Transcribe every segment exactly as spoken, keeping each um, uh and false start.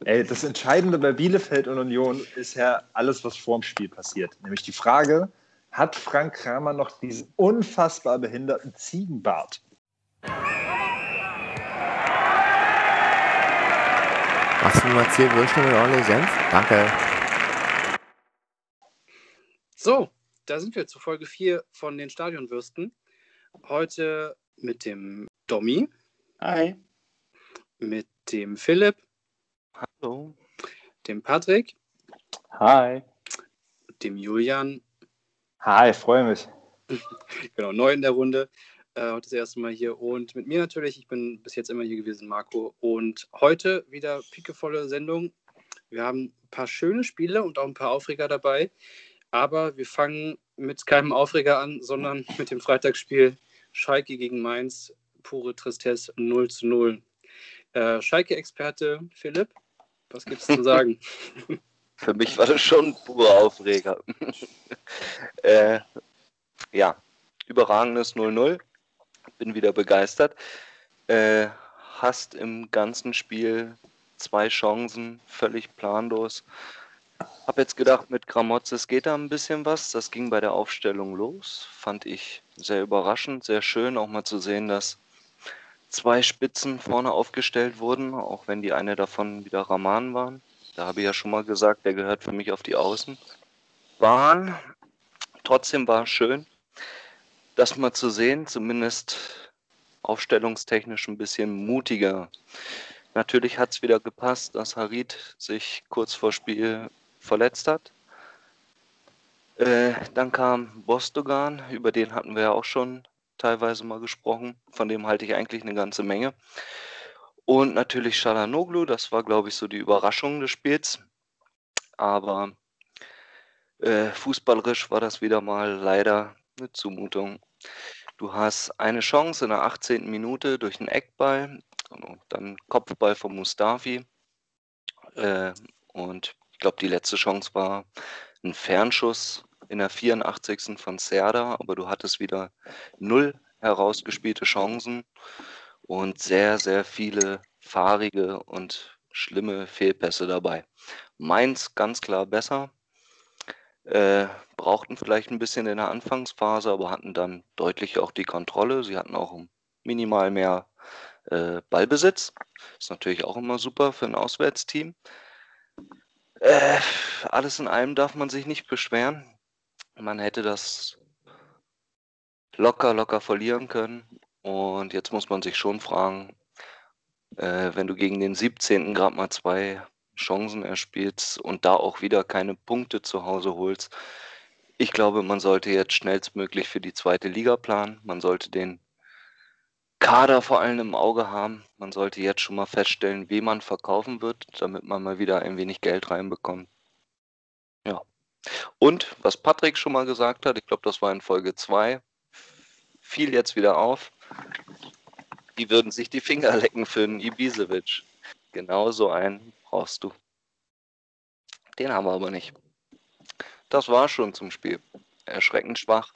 Ey, das Entscheidende bei Bielefeld und Union ist ja alles, was vorm Spiel passiert. Nämlich die Frage, hat Frank Kramer noch diesen unfassbar behinderten Ziegenbart? Machst du mal zehn Würstchen mit ordentlich Senf? Danke. So, da sind wir zu Folge vier von den Stadionwürsten. Heute mit dem Domi. Hi. Mit dem Philipp. Hallo. Dem Patrick. Hi. Dem Julian. Hi, freue mich. Genau, neu in der Runde. Äh, heute das erste Mal hier. Und mit mir natürlich, ich bin bis jetzt immer hier gewesen, Marco. Und heute wieder pickevolle Sendung. Wir haben ein paar schöne Spiele und auch ein paar Aufreger dabei. Aber wir fangen mit keinem Aufreger an, sondern mit dem Freitagsspiel Schalke gegen Mainz. Pure Tristesse, null zu null. Äh, Schalke-Experte Philipp, was gibt's zu sagen? Für mich war das schon ein purer Aufreger. äh, ja, überragendes null null. Bin wieder begeistert. Äh, hast im ganzen Spiel zwei Chancen, völlig planlos. Hab jetzt gedacht, mit Gramotzes geht da ein bisschen was. Das ging bei der Aufstellung los. Fand ich sehr überraschend, sehr schön, auch mal zu sehen, dass zwei Spitzen vorne aufgestellt wurden, auch wenn die eine davon wieder Raman waren. Da habe ich ja schon mal gesagt, der gehört für mich auf die Außenbahn. Trotzdem war es schön, das mal zu sehen, zumindest aufstellungstechnisch ein bisschen mutiger. Natürlich hat es wieder gepasst, dass Harit sich kurz vor Spiel verletzt hat. Äh, dann kam Bostogan, über den hatten wir ja auch schon teilweise mal gesprochen. Von dem halte ich eigentlich eine ganze Menge. Und natürlich Çalhanoğlu, das war, glaube ich, so die Überraschung des Spiels. Aber äh, fußballerisch war das wieder mal leider eine Zumutung. Du hast eine Chance in der achtzehnten Minute durch einen Eckball und dann Kopfball von Mustafi. Äh, und ich glaube, die letzte Chance war ein Fernschuss in der vierundachtzigsten von Serda, aber du hattest wieder null herausgespielte Chancen und sehr, sehr viele fahrige und schlimme Fehlpässe dabei. Mainz ganz klar besser, äh, brauchten vielleicht ein bisschen in der Anfangsphase, aber hatten dann deutlich auch die Kontrolle. Sie hatten auch minimal mehr äh, Ballbesitz. Ist natürlich auch immer super für ein Auswärtsteam. Äh, alles in allem darf man sich nicht beschweren. Man hätte das locker, locker verlieren können. Und jetzt muss man sich schon fragen, äh, wenn du gegen den siebzehnten gerade mal zwei Chancen erspielst und da auch wieder keine Punkte zu Hause holst. Ich glaube, man sollte jetzt schnellstmöglich für die zweite Liga planen. Man sollte den Kader vor allem im Auge haben. Man sollte jetzt schon mal feststellen, wen man verkaufen wird, damit man mal wieder ein wenig Geld reinbekommt. Ja. Und was Patrick schon mal gesagt hat, ich glaube, das war in Folge zwei, fiel jetzt wieder auf, die würden sich die Finger lecken für einen Ibisevic. Genau so einen brauchst du. Den haben wir aber nicht. Das war schon zum Spiel. Erschreckend schwach.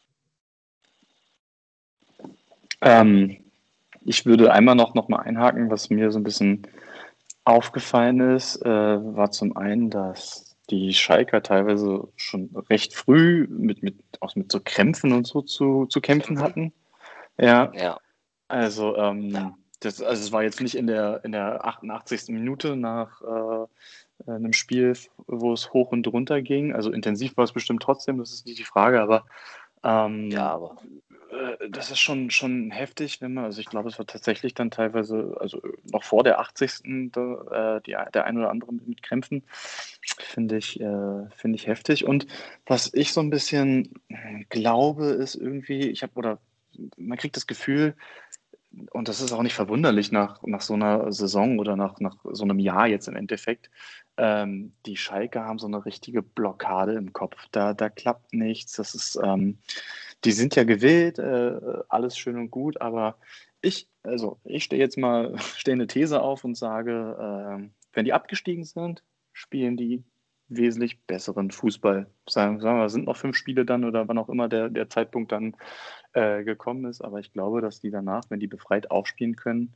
Ähm, ich würde einmal noch, noch mal einhaken, was mir so ein bisschen aufgefallen ist, äh, war zum einen, dass die Schalker teilweise schon recht früh mit, mit, auch mit so Krämpfen und so zu, zu kämpfen hatten. Ja, Ja. also, ähm, das, also es war jetzt nicht in der, in der achtundachtzigsten Minute nach äh, einem Spiel, wo es hoch und runter ging. Also intensiv war es bestimmt trotzdem, das ist nicht die Frage, aber ähm, Ja, aber äh, das ist schon, schon heftig, wenn man, also ich glaube, es war tatsächlich dann teilweise, also noch vor der achtzigsten Da, äh, die, der ein oder andere mit Krämpfen, finde ich, äh, finde ich heftig. Und was ich so ein bisschen äh, glaube, ist irgendwie, ich habe, oder man kriegt das Gefühl, und das ist auch nicht verwunderlich nach, nach so einer Saison oder nach, nach so einem Jahr jetzt im Endeffekt. Ähm, die Schalke haben so eine richtige Blockade im Kopf. Da, da klappt nichts. Das ist, ähm, die sind ja gewillt, äh, alles schön und gut, aber ich, also ich stehe jetzt mal, stelle eine These auf und sage, äh, wenn die abgestiegen sind, spielen die wesentlich besseren Fußball. Sagen, sagen wir, es sind noch fünf Spiele dann oder wann auch immer der, der Zeitpunkt dann äh, gekommen ist, aber ich glaube, dass die danach, wenn die befreit aufspielen können,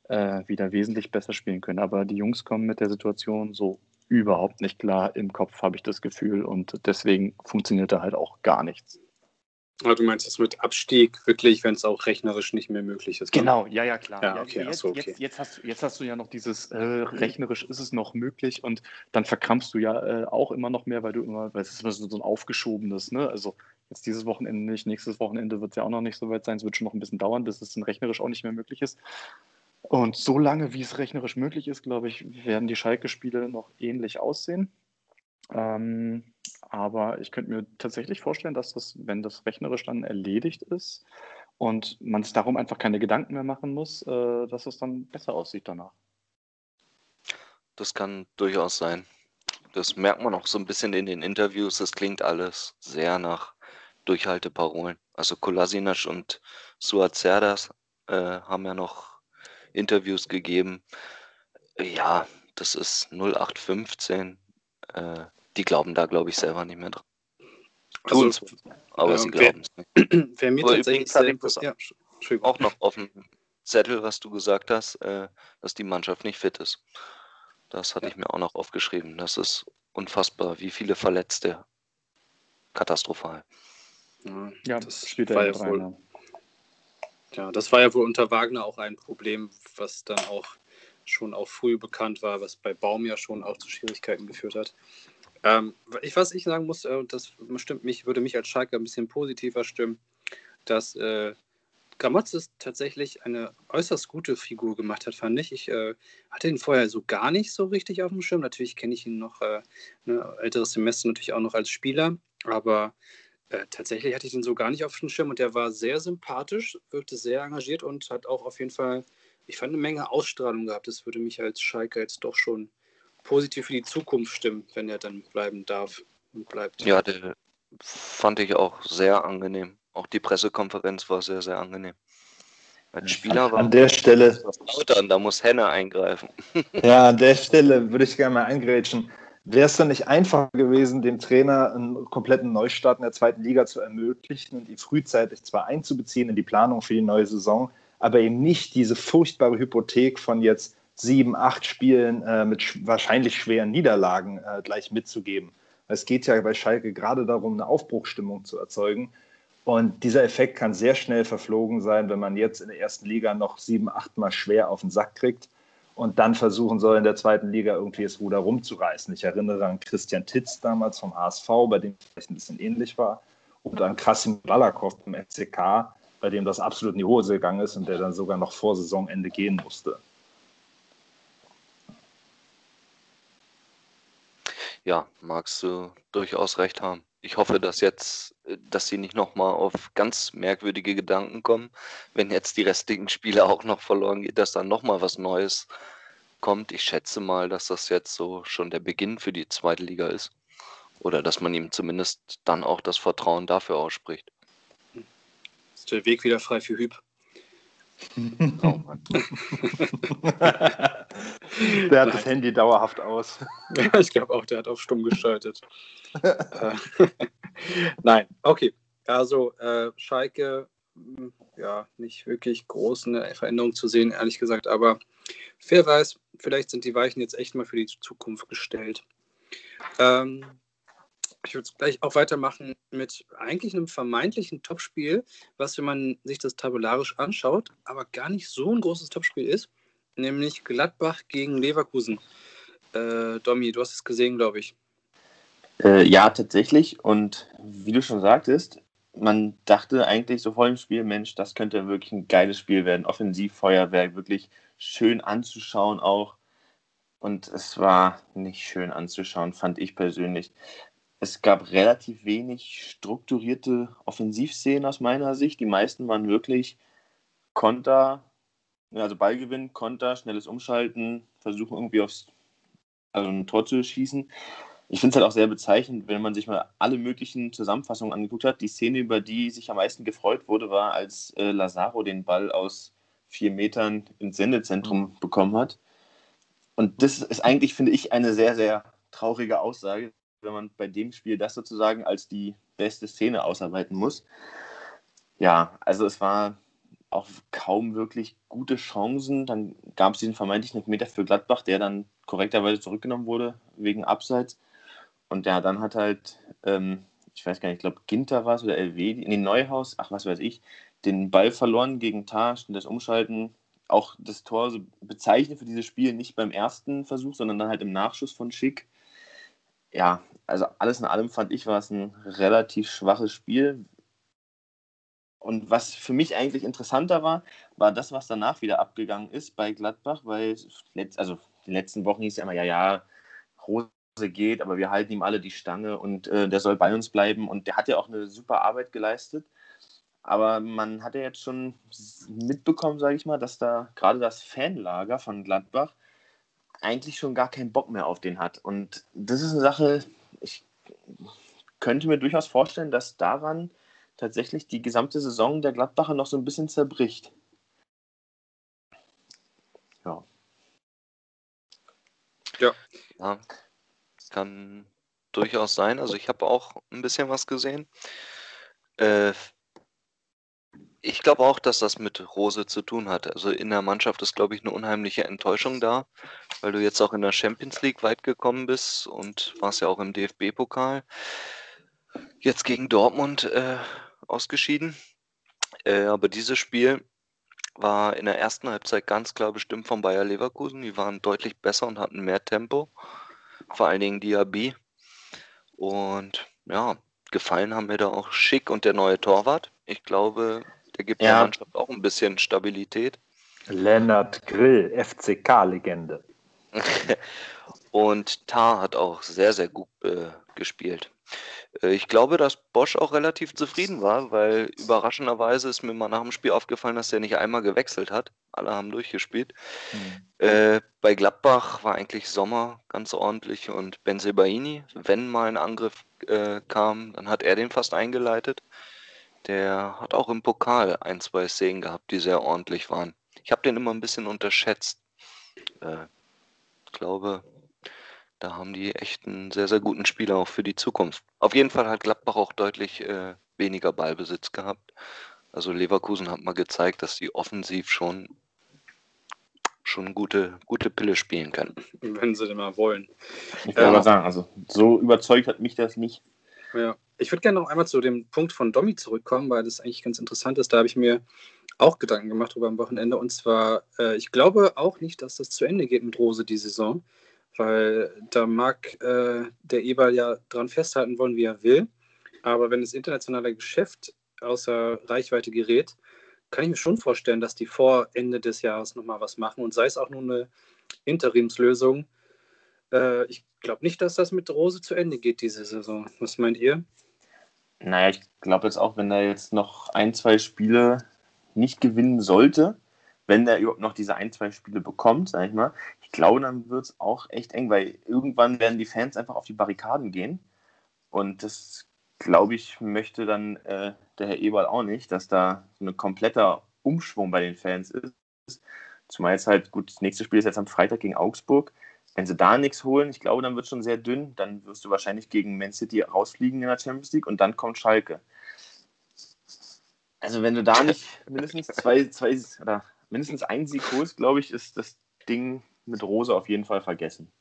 äh, wieder wesentlich besser spielen können. Aber die Jungs kommen mit der Situation so überhaupt nicht klar. Im Kopf habe ich das Gefühl und deswegen funktioniert da halt auch gar nichts. Aber du meinst das mit Abstieg wirklich, wenn es auch rechnerisch nicht mehr möglich ist? Ne? Genau, ja, ja, klar. Ja, Ja, okay, jetzt, ach so, okay. Jetzt, jetzt, hast, jetzt hast du ja noch dieses, äh, rechnerisch ist es noch möglich und dann verkrampfst du ja äh, auch immer noch mehr, weil du immer, weil es ist immer so ein aufgeschobenes, ne? Also jetzt dieses Wochenende nicht, nächstes Wochenende wird es ja auch noch nicht so weit sein, es wird schon noch ein bisschen dauern, bis es dann rechnerisch auch nicht mehr möglich ist. Und so lange, wie es rechnerisch möglich ist, glaube ich, werden die Schalke-Spiele noch ähnlich aussehen. Ähm, aber ich könnte mir tatsächlich vorstellen, dass das, wenn das rechnerisch dann erledigt ist und man es darum einfach keine Gedanken mehr machen muss, äh, dass es dann besser aussieht danach. Das kann durchaus sein. Das merkt man auch so ein bisschen in den Interviews. Es klingt alles sehr nach Durchhalteparolen. Also Kolasinac und Suat Serdar äh, haben ja noch Interviews gegeben. Ja, das ist null acht fünfzehn. Äh, die glauben da, glaube ich, selber nicht mehr dran. Also, Tun's, aber äh, sie wer- glauben es nicht. Wer mir Aber tatsächlich übrigens hatte sehr ich das ja, Entschuldigung. auch noch auf dem Zettel, was du gesagt hast, äh, dass die Mannschaft nicht fit ist. Das hatte Ja. ich mir auch noch aufgeschrieben. Das ist unfassbar, wie viele Verletzte. Katastrophal. Ja, Ja, das spielt war er ja mit rein. wohl, Ja. ja, das war ja wohl unter Wagner auch ein Problem, was dann auch schon auch früh bekannt war, was bei Baum ja schon auch zu Schwierigkeiten geführt hat. Ähm, ich, was ich sagen muss, äh, und das stimmt mich, würde mich als Schalke ein bisschen positiver stimmen, dass äh, Gramotzes tatsächlich eine äußerst gute Figur gemacht hat, fand ich. Ich äh, hatte ihn vorher so gar nicht so richtig auf dem Schirm. Natürlich kenne ich ihn noch, äh, ne, älteres Semester natürlich auch noch als Spieler, aber äh, tatsächlich hatte ich ihn so gar nicht auf dem Schirm und der war sehr sympathisch, wirkte sehr engagiert und hat auch auf jeden Fall, ich fand, eine Menge Ausstrahlung gehabt. Das würde mich als Schalke jetzt doch schon positiv für die Zukunft stimmen, wenn er dann bleiben darf und bleibt. Ja, der fand ich auch sehr angenehm. Auch die Pressekonferenz war sehr, sehr angenehm. Als Spieler war An der Stelle, was lauter und da muss Henne eingreifen. ja, an der Stelle würde ich gerne mal eingrätschen. Wäre es dann nicht einfacher gewesen, dem Trainer einen kompletten Neustart in der zweiten Liga zu ermöglichen und ihn frühzeitig zwar einzubeziehen in die Planung für die neue Saison, aber eben nicht diese furchtbare Hypothek von jetzt sieben, acht Spielen äh, mit sch- wahrscheinlich schweren Niederlagen äh, gleich mitzugeben. Es geht ja bei Schalke gerade darum, eine Aufbruchsstimmung zu erzeugen. Und dieser Effekt kann sehr schnell verflogen sein, wenn man jetzt in der ersten Liga noch sieben, acht Mal schwer auf den Sack kriegt und dann versuchen soll, in der zweiten Liga irgendwie das Ruder rumzureißen. Ich erinnere an Christian Titz damals vom H S V, bei dem es vielleicht ein bisschen ähnlich war, und an Krasim Balakow vom F C K, bei dem das absolut in die Hose gegangen ist und der dann sogar noch vor Saisonende gehen musste. Ja, magst du durchaus recht haben. Ich hoffe, dass jetzt, äh, dass sie nicht nochmal auf ganz merkwürdige Gedanken kommen, wenn jetzt die restlichen Spiele auch noch verloren geht, dass dann nochmal was Neues kommt. Ich schätze mal, dass das jetzt so schon der Beginn für die zweite Liga ist. Oder dass man ihm zumindest dann auch das Vertrauen dafür ausspricht. Ist der Weg wieder frei für Hüb. Oh Mann. Der hat das Handy dauerhaft aus. Ja, ich glaube auch, der hat auf stumm geschaltet. Äh, Nein, okay. Also äh, Schalke, mh, ja, nicht wirklich groß eine Veränderung zu sehen, ehrlich gesagt, aber wer weiß, vielleicht sind die Weichen jetzt echt mal für die Zukunft gestellt. Ähm, ich würde gleich auch weitermachen mit eigentlich einem vermeintlichen Topspiel, was, wenn man sich das tabellarisch anschaut, aber gar nicht so ein großes Topspiel ist, nämlich Gladbach gegen Leverkusen. Äh, Domi, du hast es gesehen, glaube ich. Äh, ja, tatsächlich. Und wie du schon sagtest, man dachte eigentlich so vor dem Spiel, Mensch, das könnte wirklich ein geiles Spiel werden. Offensivfeuerwerk, wirklich schön anzuschauen auch. Und es war nicht schön anzuschauen, fand ich persönlich. Es gab relativ wenig strukturierte Offensivszenen aus meiner Sicht. Die meisten waren wirklich Konter, also Ballgewinn, Konter, schnelles Umschalten, versuchen irgendwie aufs, also ein Tor zu schießen. Ich finde es halt auch sehr bezeichnend, wenn man sich mal alle möglichen Zusammenfassungen angeguckt hat. Die Szene, über die sich am meisten gefreut wurde, war, als äh, Lazaro den Ball aus vier Metern ins Sendezentrum bekommen hat. Und das ist eigentlich, finde ich, eine sehr, sehr traurige Aussage, wenn man bei dem Spiel das sozusagen als die beste Szene ausarbeiten muss. Ja, also es war auch kaum wirklich gute Chancen. Dann gab es diesen vermeintlichen Elfmeter für Gladbach, der dann korrekterweise zurückgenommen wurde, wegen Abseits. Und ja, dann hat halt, ähm, ich weiß gar nicht, ich glaube Ginter war es oder L W, in den Neuhaus, ach was weiß ich, den Ball verloren gegen Tah, und das Umschalten, auch das Tor so bezeichnet für dieses Spiel, nicht beim ersten Versuch, sondern dann halt im Nachschuss von Schick. Ja, also alles in allem fand ich, war es ein relativ schwaches Spiel. Und was für mich eigentlich interessanter war, war das, was danach wieder abgegangen ist bei Gladbach, weil letzt, also in den letzten Wochen hieß es ja immer, ja, ja, Rose geht, aber wir halten ihm alle die Stange und äh, der soll bei uns bleiben. Und der hat ja auch eine super Arbeit geleistet. Aber man hat ja jetzt schon mitbekommen, sage ich mal, dass da gerade das Fanlager von Gladbach eigentlich schon gar keinen Bock mehr auf den hat. Und das ist eine Sache, ich könnte mir durchaus vorstellen, dass daran tatsächlich die gesamte Saison der Gladbacher noch so ein bisschen zerbricht. Ja. Ja. Ja, kann durchaus sein. Also ich habe auch ein bisschen was gesehen. Äh, ich glaube auch, dass das mit Rose zu tun hat. Also in der Mannschaft ist, glaube ich, eine unheimliche Enttäuschung da, weil du jetzt auch in der Champions League weit gekommen bist und warst ja auch im D F B-Pokal. Jetzt gegen Dortmund äh, ausgeschieden. Äh, aber dieses Spiel war in der ersten Halbzeit ganz klar bestimmt von Bayer Leverkusen. Die waren deutlich besser und hatten mehr Tempo. Vor allen Dingen Diaby. Und ja, gefallen haben mir da auch Schick und der neue Torwart. Ich glaube, der gibt der Ja, Mannschaft auch ein bisschen Stabilität. Lennart Grill, F C K-Legende. Und Tah hat auch sehr, sehr gut äh, gespielt. Äh, ich glaube, dass Bosch auch relativ zufrieden war, weil überraschenderweise ist mir mal nach dem Spiel aufgefallen, dass er nicht einmal gewechselt hat. Alle haben durchgespielt. Hm. Äh, bei Gladbach war eigentlich Sommer ganz ordentlich und Bensebaini, wenn mal ein Angriff äh, kam, dann hat er den fast eingeleitet. Der hat auch im Pokal ein, zwei Szenen gehabt, die sehr ordentlich waren. Ich habe den immer ein bisschen unterschätzt. Äh, ich glaube, da haben die echt einen sehr, sehr guten Spieler auch für die Zukunft. Auf jeden Fall hat Gladbach auch deutlich äh, weniger Ballbesitz gehabt. Also Leverkusen hat mal gezeigt, dass die offensiv schon, schon gute, gute Pille spielen können. Wenn sie denn mal wollen. ich wollte Ja. mal sagen, also so überzeugt hat mich das nicht. Ja. Ich würde gerne noch einmal zu dem Punkt von Domi zurückkommen, weil das eigentlich ganz interessant ist. Da habe ich mir auch Gedanken gemacht drüber am Wochenende. Und zwar, äh, ich glaube auch nicht, dass das zu Ende geht mit Rose die Saison, weil da mag äh, der Eberl ja dran festhalten wollen, wie er will. Aber wenn das internationale Geschäft außer Reichweite gerät, kann ich mir schon vorstellen, dass die vor Ende des Jahres nochmal was machen. Und sei es auch nur eine Interimslösung. Äh, ich glaube nicht, dass das mit Rose zu Ende geht diese Saison. Was meint ihr? Naja, ich glaube jetzt auch, wenn er jetzt noch ein, zwei Spiele nicht gewinnen sollte, wenn er überhaupt noch diese ein, zwei Spiele bekommt, sag ich mal, ich glaube, dann wird es auch echt eng, weil irgendwann werden die Fans einfach auf die Barrikaden gehen. Und das, glaube ich, möchte dann äh, der Herr Eberl auch nicht, dass da so ein kompletter Umschwung bei den Fans ist. Zumal jetzt halt, gut, das nächste Spiel ist jetzt am Freitag gegen Augsburg. Wenn sie da nichts holen, ich glaube, dann wird es schon sehr dünn. Dann wirst du wahrscheinlich gegen Man City rausfliegen in der Champions League und dann kommt Schalke. Also wenn du da nicht mindestens zwei, zwei oder mindestens einen Sieg holst, glaube ich, ist das Ding mit Rose auf jeden Fall vergessen.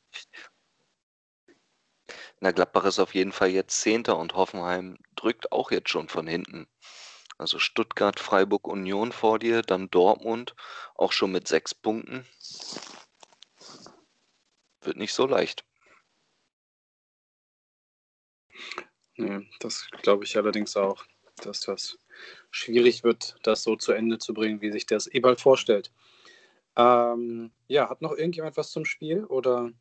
Na, Gladbach ist auf jeden Fall jetzt Zehnter und Hoffenheim drückt auch jetzt schon von hinten. Also Stuttgart, Freiburg, Union vor dir, dann Dortmund, auch schon mit sechs Punkten. Wird nicht so leicht. Nee, das glaube ich allerdings auch, dass das schwierig wird, das so zu Ende zu bringen, wie sich das Eberl vorstellt. Ähm, ja, hat noch irgendjemand was zum Spiel oder?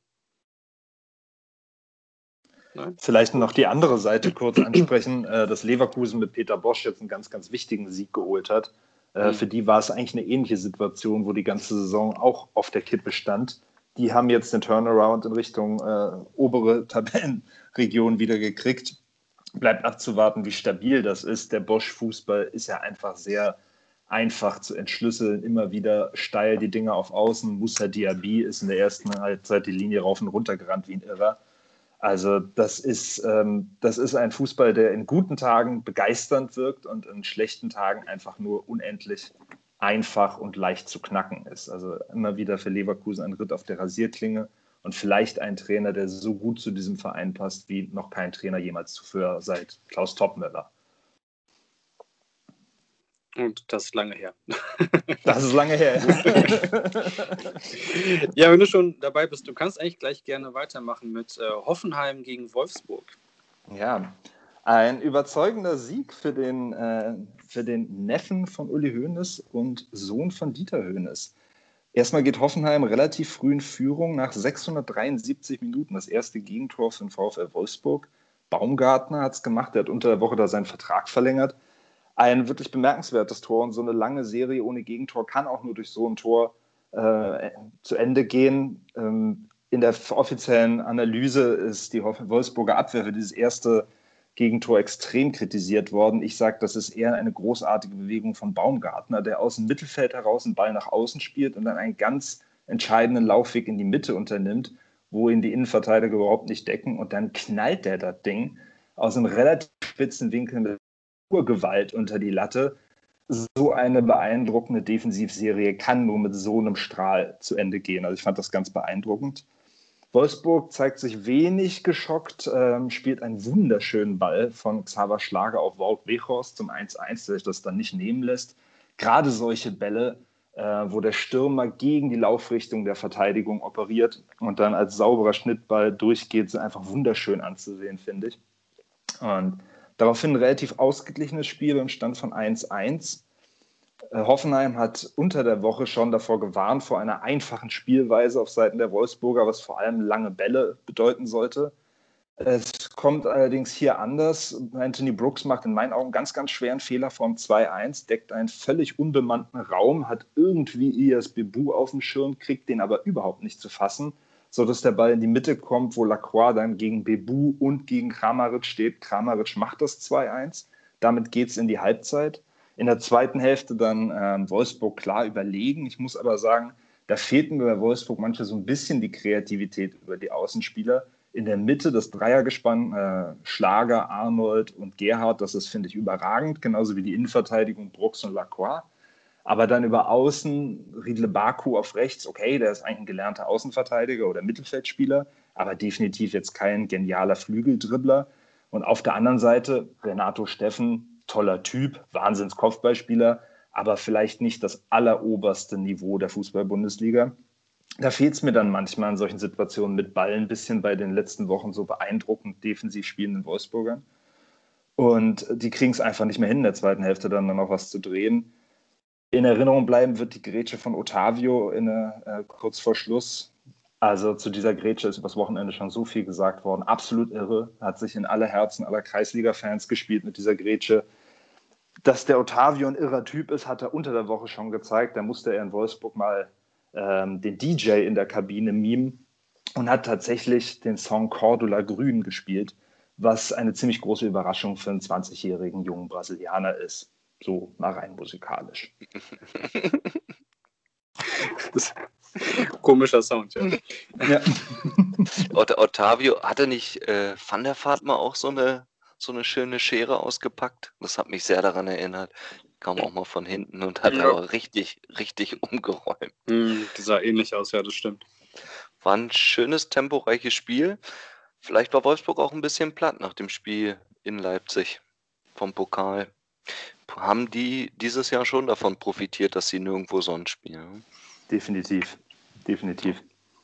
Nein? Vielleicht noch die andere Seite kurz ansprechen, äh, dass Leverkusen mit Peter Bosch jetzt einen ganz, ganz wichtigen Sieg geholt hat. Äh, Mhm. Für die war es eigentlich eine ähnliche Situation, wo die ganze Saison auch auf der Kippe stand. Die haben jetzt den Turnaround in Richtung äh, obere Tabellenregion wieder gekriegt. Bleibt abzuwarten, wie stabil das ist. Der Bosch-Fußball ist ja einfach sehr einfach zu entschlüsseln, immer wieder steil die Dinge auf Außen. Moussa Diaby ist in der ersten Halbzeit die Linie rauf und runter gerannt wie ein Irrer. Also das ist, ähm, das ist ein Fußball, der in guten Tagen begeisternd wirkt und in schlechten Tagen einfach nur unendlich einfach und leicht zu knacken ist. Also immer wieder für Leverkusen ein Ritt auf der Rasierklinge und vielleicht ein Trainer, der so gut zu diesem Verein passt, wie noch kein Trainer jemals zuvor seit Klaus Toppmöller. Und das ist lange her. Das ist lange her. Ja, wenn du schon dabei bist, du kannst eigentlich gleich gerne weitermachen mit äh, Hoffenheim gegen Wolfsburg. Ja, ein überzeugender Sieg für den, äh, für den Neffen von Uli Hoeneß und Sohn von Dieter Hoeneß. Erstmal geht Hoffenheim relativ früh in Führung nach sechshundertdreiundsiebzig Minuten. Das erste Gegentor für den VfL Wolfsburg. Baumgartner hat es gemacht, der hat unter der Woche da seinen Vertrag verlängert. Ein wirklich bemerkenswertes Tor und so eine lange Serie ohne Gegentor kann auch nur durch so ein Tor äh, zu Ende gehen. Ähm, in der offiziellen Analyse ist die Wolfsburger Abwehr für dieses erste Gegentor extrem kritisiert worden. Ich sage, das ist eher eine großartige Bewegung von Baumgartner, der aus dem Mittelfeld heraus einen Ball nach außen spielt und dann einen ganz entscheidenden Laufweg in die Mitte unternimmt, wo ihn die Innenverteidiger überhaupt nicht decken. Und dann knallt der das Ding aus einem relativ spitzen Winkel mit Gewalt unter die Latte. So eine beeindruckende Defensivserie kann nur mit so einem Strahl zu Ende gehen. Also ich fand das ganz beeindruckend. Wolfsburg zeigt sich wenig geschockt, ähm, spielt einen wunderschönen Ball von Xaver Schlager auf Wout Weghorst zum eins eins, der sich das dann nicht nehmen lässt. Gerade solche Bälle, äh, wo der Stürmer gegen die Laufrichtung der Verteidigung operiert und dann als sauberer Schnittball durchgeht, sind einfach wunderschön anzusehen, finde ich. Und daraufhin ein relativ ausgeglichenes Spiel beim Stand von eins eins. Hoffenheim hat unter der Woche schon davor gewarnt, vor einer einfachen Spielweise auf Seiten der Wolfsburger, was vor allem lange Bälle bedeuten sollte. Es kommt allerdings hier anders. Anthony Brooks macht in meinen Augen ganz, ganz schweren Fehler vorm zwei eins, deckt einen völlig unbemannten Raum, hat irgendwie Ilias Bebu auf dem Schirm, kriegt den aber überhaupt nicht zu fassen, sodass der Ball in die Mitte kommt, wo Lacroix dann gegen Bebu und gegen Kramaric steht. Kramaric macht das zwei eins. Damit geht es in die Halbzeit. In der zweiten Hälfte dann ähm, Wolfsburg klar überlegen. Ich muss aber sagen, da fehlt mir bei Wolfsburg manchmal so ein bisschen die Kreativität über die Außenspieler. In der Mitte das Dreiergespann, äh, Schlager, Arnold und Gerhard, das ist, finde ich, überragend, genauso wie die Innenverteidigung Brooks und Lacroix. Aber dann über Außen Riedle Baku auf rechts, okay, der ist eigentlich ein gelernter Außenverteidiger oder Mittelfeldspieler, aber definitiv jetzt kein genialer Flügeldribbler. Und auf der anderen Seite Renato Steffen, toller Typ, Wahnsinns-Kopfballspieler, aber vielleicht nicht das alleroberste Niveau der Fußball-Bundesliga. Da fehlt es mir dann manchmal in solchen Situationen mit Ball ein bisschen bei den letzten Wochen so beeindruckend defensiv spielenden Wolfsburgern. Und die kriegen es einfach nicht mehr hin, in der zweiten Hälfte dann noch was zu drehen. In Erinnerung bleiben wird die Grätsche von Otavio in, äh, kurz vor Schluss. Also zu dieser Grätsche ist übers Wochenende schon so viel gesagt worden. Absolut irre. Hat sich in alle Herzen aller Kreisliga-Fans gespielt mit dieser Grätsche. Dass der Otavio ein irrer Typ ist, hat er unter der Woche schon gezeigt. Da musste er in Wolfsburg mal ähm, den D J in der Kabine mimen und hat tatsächlich den Song Cordula Grün gespielt, was eine ziemlich große Überraschung für einen zwanzigjährigen jungen Brasilianer ist. So mal rein musikalisch. Das komischer Sound, ja. Ja. Ot- Otavio, hatte nicht äh, Van der Vaart mal auch so eine, so eine schöne Schere ausgepackt? Das hat mich sehr daran erinnert. Kam auch mal von hinten und hat Ja. aber richtig, richtig umgeräumt. Hm, die sah ähnlich aus, ja, das stimmt. War ein schönes, temporeiches Spiel. Vielleicht war Wolfsburg auch ein bisschen platt nach dem Spiel in Leipzig vom Pokal. Haben die dieses Jahr schon davon profitiert, dass sie nirgendwo sonst spielen? Definitiv, definitiv.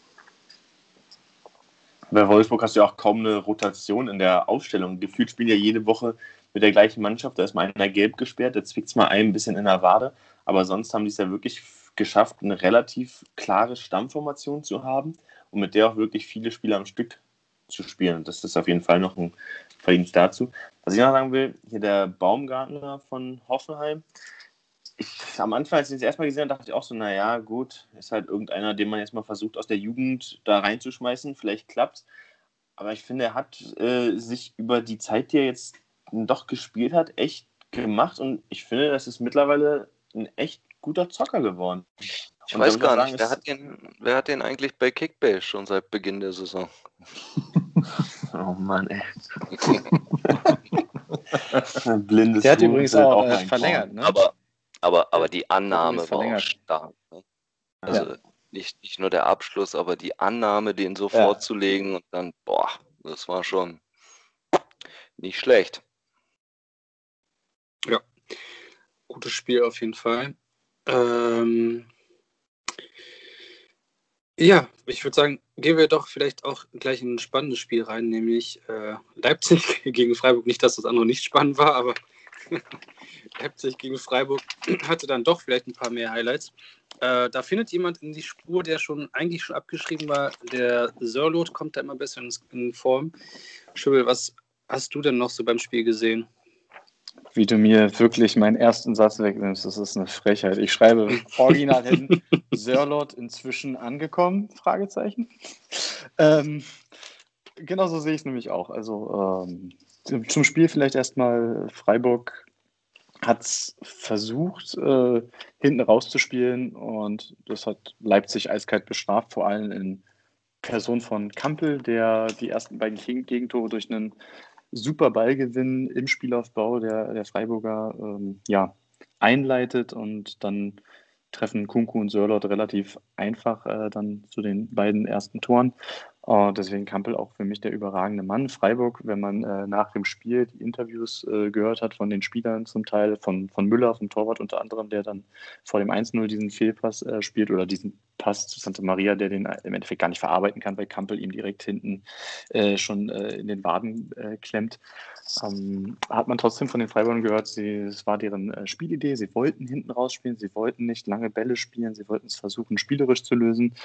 Bei Wolfsburg hast du ja auch kaum eine Rotation in der Aufstellung. Gefühlt spielen ja jede Woche mit der gleichen Mannschaft. Da ist mal einer gelb gesperrt, da zwickt es mal ein bisschen in der Wade. Aber sonst haben die es ja wirklich geschafft, eine relativ klare Stammformation zu haben und mit der auch wirklich viele Spieler am Stück zu spielen. Und das ist auf jeden Fall noch ein Verdienst dazu. Was ich noch sagen will, hier der Baumgartner von Hoffenheim. Ich, am Anfang, als ich das erstmal gesehen habe, dachte ich auch so, naja, gut, ist halt irgendeiner, den man jetzt mal versucht, aus der Jugend da reinzuschmeißen. Vielleicht klappt's. Aber ich finde, er hat äh, sich über die Zeit, die er jetzt doch gespielt hat, echt gemacht. Und ich finde, das ist mittlerweile ein echt guter Zocker geworden. Ich Und weiß da muss gar man nicht, sagen, wer hat, den, wer hat den eigentlich bei Kickbase schon seit Beginn der Saison? Oh Mann, ey. Ein blindes Der hat Huhn übrigens findet auch, mal äh, ein verlängert, Korn. ne? Aber, Aber, aber die Annahme war auch verlängert. stark. Ne? Also Ja. nicht, nicht nur der Abschluss, aber die Annahme, den so Ja. vorzulegen und dann, boah, das war schon nicht schlecht. Gutes Spiel auf jeden Fall. Ähm, ja, ich würde sagen, gehen wir doch vielleicht auch gleich in ein spannendes Spiel rein, nämlich äh, Leipzig gegen Freiburg. Nicht, dass das andere nicht spannend war, aber Leipzig gegen Freiburg hatte dann doch vielleicht ein paar mehr Highlights. Äh, da findet jemand in die Spur, der schon eigentlich schon abgeschrieben war. Der Sörloth kommt da immer besser in, in Form. Schübbel, was hast du denn noch so beim Spiel gesehen? Wie du mir wirklich meinen ersten Satz wegnimmst, das ist eine Frechheit. Ich schreibe original hin, Sörloth inzwischen angekommen, Fragezeichen. Ähm, genauso sehe ich es nämlich auch. Also ähm, zum- zum Spiel vielleicht erstmal, Freiburg hat es versucht, äh, hinten rauszuspielen und das hat Leipzig eiskalt bestraft, vor allem in Person von Kampel, der die ersten beiden Geg- Gegentore durch einen super Ballgewinn im Spielaufbau der, der Freiburger ähm, ja, einleitet und dann treffen Kunku und Sörloth relativ einfach äh, dann zu den beiden ersten Toren. Äh, deswegen Kampel auch für mich der überragende Mann. Freiburg, wenn man äh, nach dem Spiel die Interviews äh, gehört hat von den Spielern zum Teil, von, von Müller, vom Torwart unter anderem, der dann vor dem eins null diesen Fehlpass äh, spielt oder diesen Pass zu Santa Maria, der den im Endeffekt gar nicht verarbeiten kann, weil Kampel ihm direkt hinten äh, schon äh, in den Waden äh, klemmt. Ähm, hat man trotzdem von den Freiburgern gehört, sie, es war deren äh, Spielidee, sie wollten hinten rausspielen, sie wollten nicht lange Bälle spielen, sie wollten es versuchen, spielerisch zu lösen.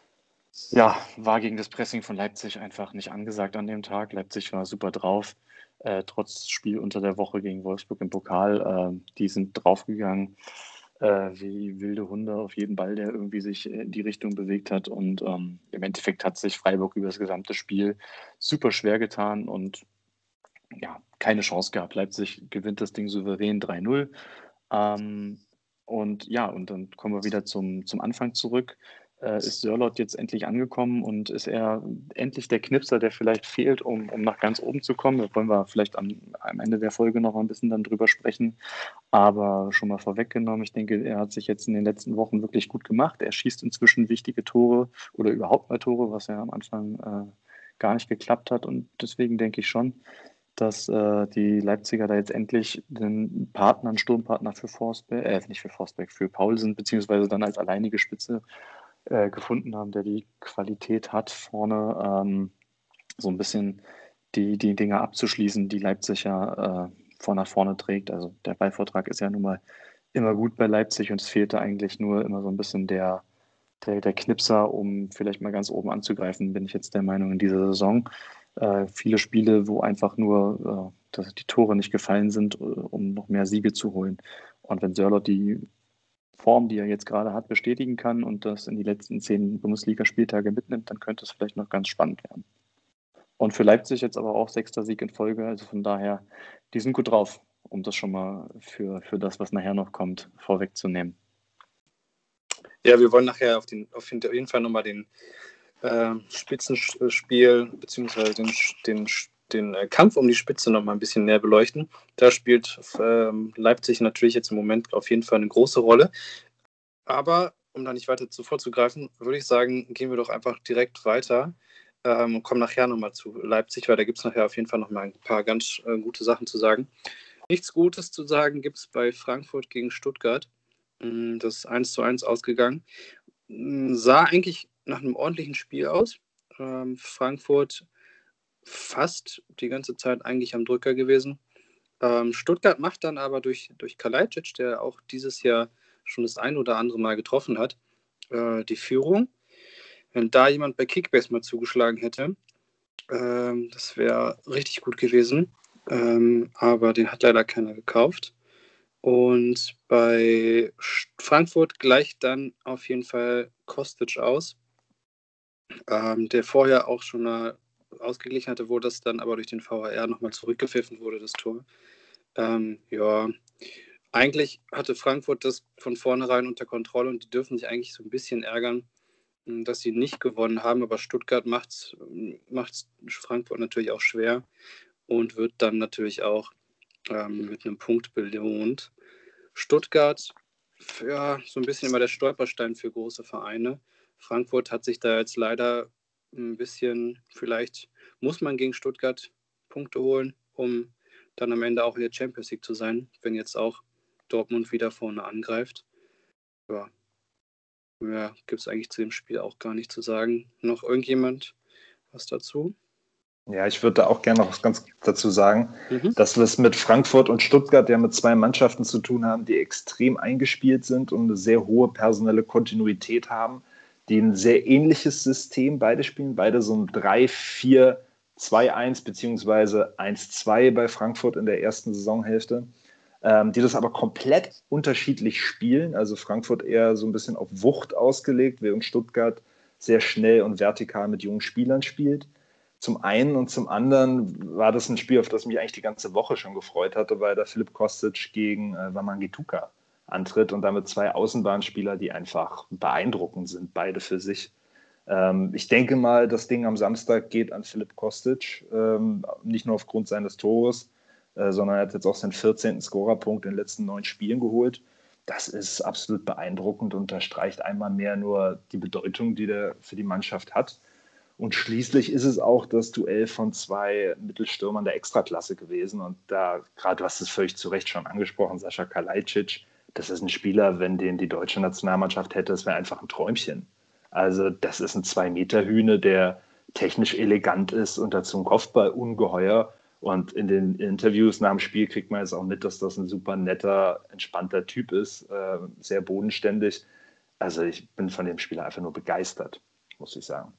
Ja, war gegen das Pressing von Leipzig einfach nicht angesagt an dem Tag. Leipzig war super drauf, äh, trotz Spiel unter der Woche gegen Wolfsburg im Pokal. Äh, die sind draufgegangen äh, wie wilde Hunde auf jeden Ball, der irgendwie sich in die Richtung bewegt hat. Und ähm, im Endeffekt hat sich Freiburg über das gesamte Spiel super schwer getan und ja, keine Chance gehabt. Leipzig gewinnt das Ding souverän drei null. Ähm, und ja, und dann kommen wir wieder zum, zum Anfang zurück. Äh, ist Sörloth jetzt endlich angekommen und ist er endlich der Knipser, der vielleicht fehlt, um, um nach ganz oben zu kommen? Da wollen wir vielleicht am, am Ende der Folge noch ein bisschen dann drüber sprechen. Aber schon mal vorweggenommen, ich denke, er hat sich jetzt in den letzten Wochen wirklich gut gemacht. Er schießt inzwischen wichtige Tore oder überhaupt mal Tore, was ja am Anfang äh, gar nicht geklappt hat. Und deswegen denke ich schon, dass äh, die Leipziger da jetzt endlich einen Partner, einen Sturmpartner für Forsberg, äh, nicht für Forsberg, für Paulsen, beziehungsweise dann als alleinige Spitze äh, gefunden haben, der die Qualität hat, vorne ähm, so ein bisschen die, die Dinge abzuschließen, die Leipzig ja äh, vor nach vorne trägt. Also der Ballvortrag ist ja nun mal immer gut bei Leipzig und es fehlte eigentlich nur immer so ein bisschen der, der, der Knipser, um vielleicht mal ganz oben anzugreifen, bin ich jetzt der Meinung in dieser Saison. Äh, viele Spiele, wo einfach nur äh, dass die Tore nicht gefallen sind, äh, um noch mehr Siege zu holen. Und wenn Sörloth die Form, die er jetzt gerade hat, bestätigen kann und das in die letzten zehn Bundesligaspieltage mitnimmt, dann könnte es vielleicht noch ganz spannend werden. Und für Leipzig jetzt aber auch sechster Sieg in Folge. Also von daher, die sind gut drauf, um das schon mal für, für das, was nachher noch kommt, vorwegzunehmen. Ja, wir wollen nachher auf, den, auf jeden Fall nochmal den äh, Spitzenspiel beziehungsweise den, den, den äh, Kampf um die Spitze nochmal ein bisschen näher beleuchten. Da spielt ähm, Leipzig natürlich jetzt im Moment auf jeden Fall eine große Rolle. Aber um da nicht weiter zu vorzugreifen, würde ich sagen, gehen wir doch einfach direkt weiter ähm, und kommen nachher nochmal zu Leipzig, weil da gibt es nachher auf jeden Fall nochmal ein paar ganz äh, gute Sachen zu sagen. Nichts Gutes zu sagen gibt es bei Frankfurt gegen Stuttgart. Das ist eins zu eins ausgegangen. Sah eigentlich nach einem ordentlichen Spiel aus. Ähm, Frankfurt fast die ganze Zeit eigentlich am Drücker gewesen. Ähm, Stuttgart macht dann aber durch, durch Kalajdzic, der auch dieses Jahr schon das ein oder andere Mal getroffen hat, äh, die Führung. Wenn da jemand bei Kickbase mal zugeschlagen hätte, ähm, das wäre richtig gut gewesen. Ähm, aber den hat leider keiner gekauft. Und bei Frankfurt gleicht dann auf jeden Fall Kostic aus, ähm, der vorher auch schon mal ausgeglichen hatte, wo das dann aber durch den V A R nochmal zurückgepfiffen wurde, das Tor. Ähm, ja, eigentlich hatte Frankfurt das von vornherein unter Kontrolle und die dürfen sich eigentlich so ein bisschen ärgern, dass sie nicht gewonnen haben, aber Stuttgart macht es Frankfurt natürlich auch schwer und wird dann natürlich auch ähm, mit einem Punkt belohnt. Stuttgart ja, so ein bisschen immer der Stolperstein für große Vereine. Frankfurt hat sich da jetzt leider ein bisschen, vielleicht muss man gegen Stuttgart Punkte holen, um dann am Ende auch in der Champions League zu sein, wenn jetzt auch Dortmund wieder vorne angreift. Ja, ja gibt es eigentlich zu dem Spiel auch gar nicht zu sagen. Noch irgendjemand was dazu? Ja, ich würde da auch gerne noch was ganz dazu sagen, Mhm. dass wir es mit Frankfurt und Stuttgart ja mit zwei Mannschaften zu tun haben, die extrem eingespielt sind und eine sehr hohe personelle Kontinuität haben, die ein sehr ähnliches System beide spielen, beide so ein drei vier zwei eins beziehungsweise eins zwei bei Frankfurt in der ersten Saisonhälfte, ähm, die das aber komplett unterschiedlich spielen. Also Frankfurt eher so ein bisschen auf Wucht ausgelegt, während Stuttgart sehr schnell und vertikal mit jungen Spielern spielt. Zum einen und zum anderen war das ein Spiel, auf das ich mich eigentlich die ganze Woche schon gefreut hatte, weil da Filip Kostic gegen äh, Wamangituka antritt und damit zwei Außenbahnspieler, die einfach beeindruckend sind, beide für sich. Ähm, ich denke mal, das Ding am Samstag geht an Filip Kostic, ähm, nicht nur aufgrund seines Tores, äh, sondern er hat jetzt auch seinen vierzehnten Scorerpunkt in den letzten neun Spielen geholt. Das ist absolut beeindruckend und unterstreicht einmal mehr nur die Bedeutung, die der für die Mannschaft hat. Und schließlich ist es auch das Duell von zwei Mittelstürmern der Extraklasse gewesen. Und da, gerade du hast es völlig zu Recht schon angesprochen, Sascha Kalajdzic, das ist ein Spieler, wenn den die deutsche Nationalmannschaft hätte, das wäre einfach ein Träumchen. Also das ist ein Zwei-Meter-Hühne, der technisch elegant ist und dazu ein Kopfball ungeheuer. Und in den Interviews nach dem Spiel kriegt man jetzt auch mit, dass das ein super netter, entspannter Typ ist, äh, sehr bodenständig. Also ich bin von dem Spieler einfach nur begeistert, muss ich sagen.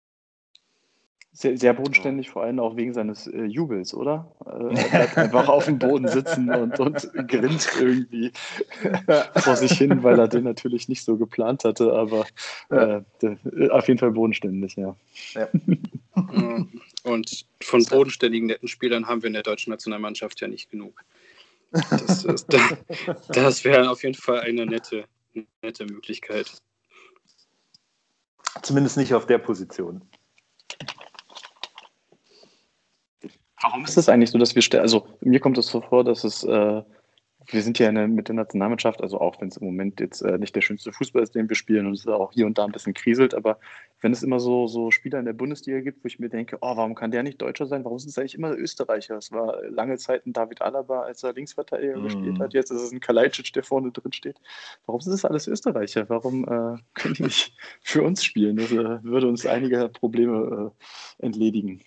Sehr, sehr bodenständig, vor allem auch wegen seines äh, Jubels, oder? Äh, er bleibt einfach auf dem Boden sitzen und, und grinst irgendwie vor sich hin, weil er den natürlich nicht so geplant hatte, aber äh, der, auf jeden Fall bodenständig, ja. Ja. Und von bodenständigen, netten Spielern haben wir in der deutschen Nationalmannschaft ja nicht genug. Das, ist, das wäre auf jeden Fall eine nette, nette Möglichkeit. Zumindest nicht auf der Position. Warum ist es eigentlich so, dass wir, st- also mir kommt es so vor, dass es, äh, wir sind ja eine, mit der Nationalmannschaft, also auch wenn es im Moment jetzt äh, nicht der schönste Fußball ist, den wir spielen und es auch hier und da ein bisschen kriselt, aber wenn es immer so, so Spieler in der Bundesliga gibt, wo ich mir denke, oh, warum kann der nicht Deutscher sein? Warum sind es eigentlich immer Österreicher? Es war lange Zeit ein David Alaba, als er Linksverteidiger Mm. gespielt hat, jetzt ist es ein Kalajdzic, der vorne drin steht. Warum sind das alles Österreicher? Warum äh, können die nicht für uns spielen? Das äh, würde uns einige Probleme äh, entledigen.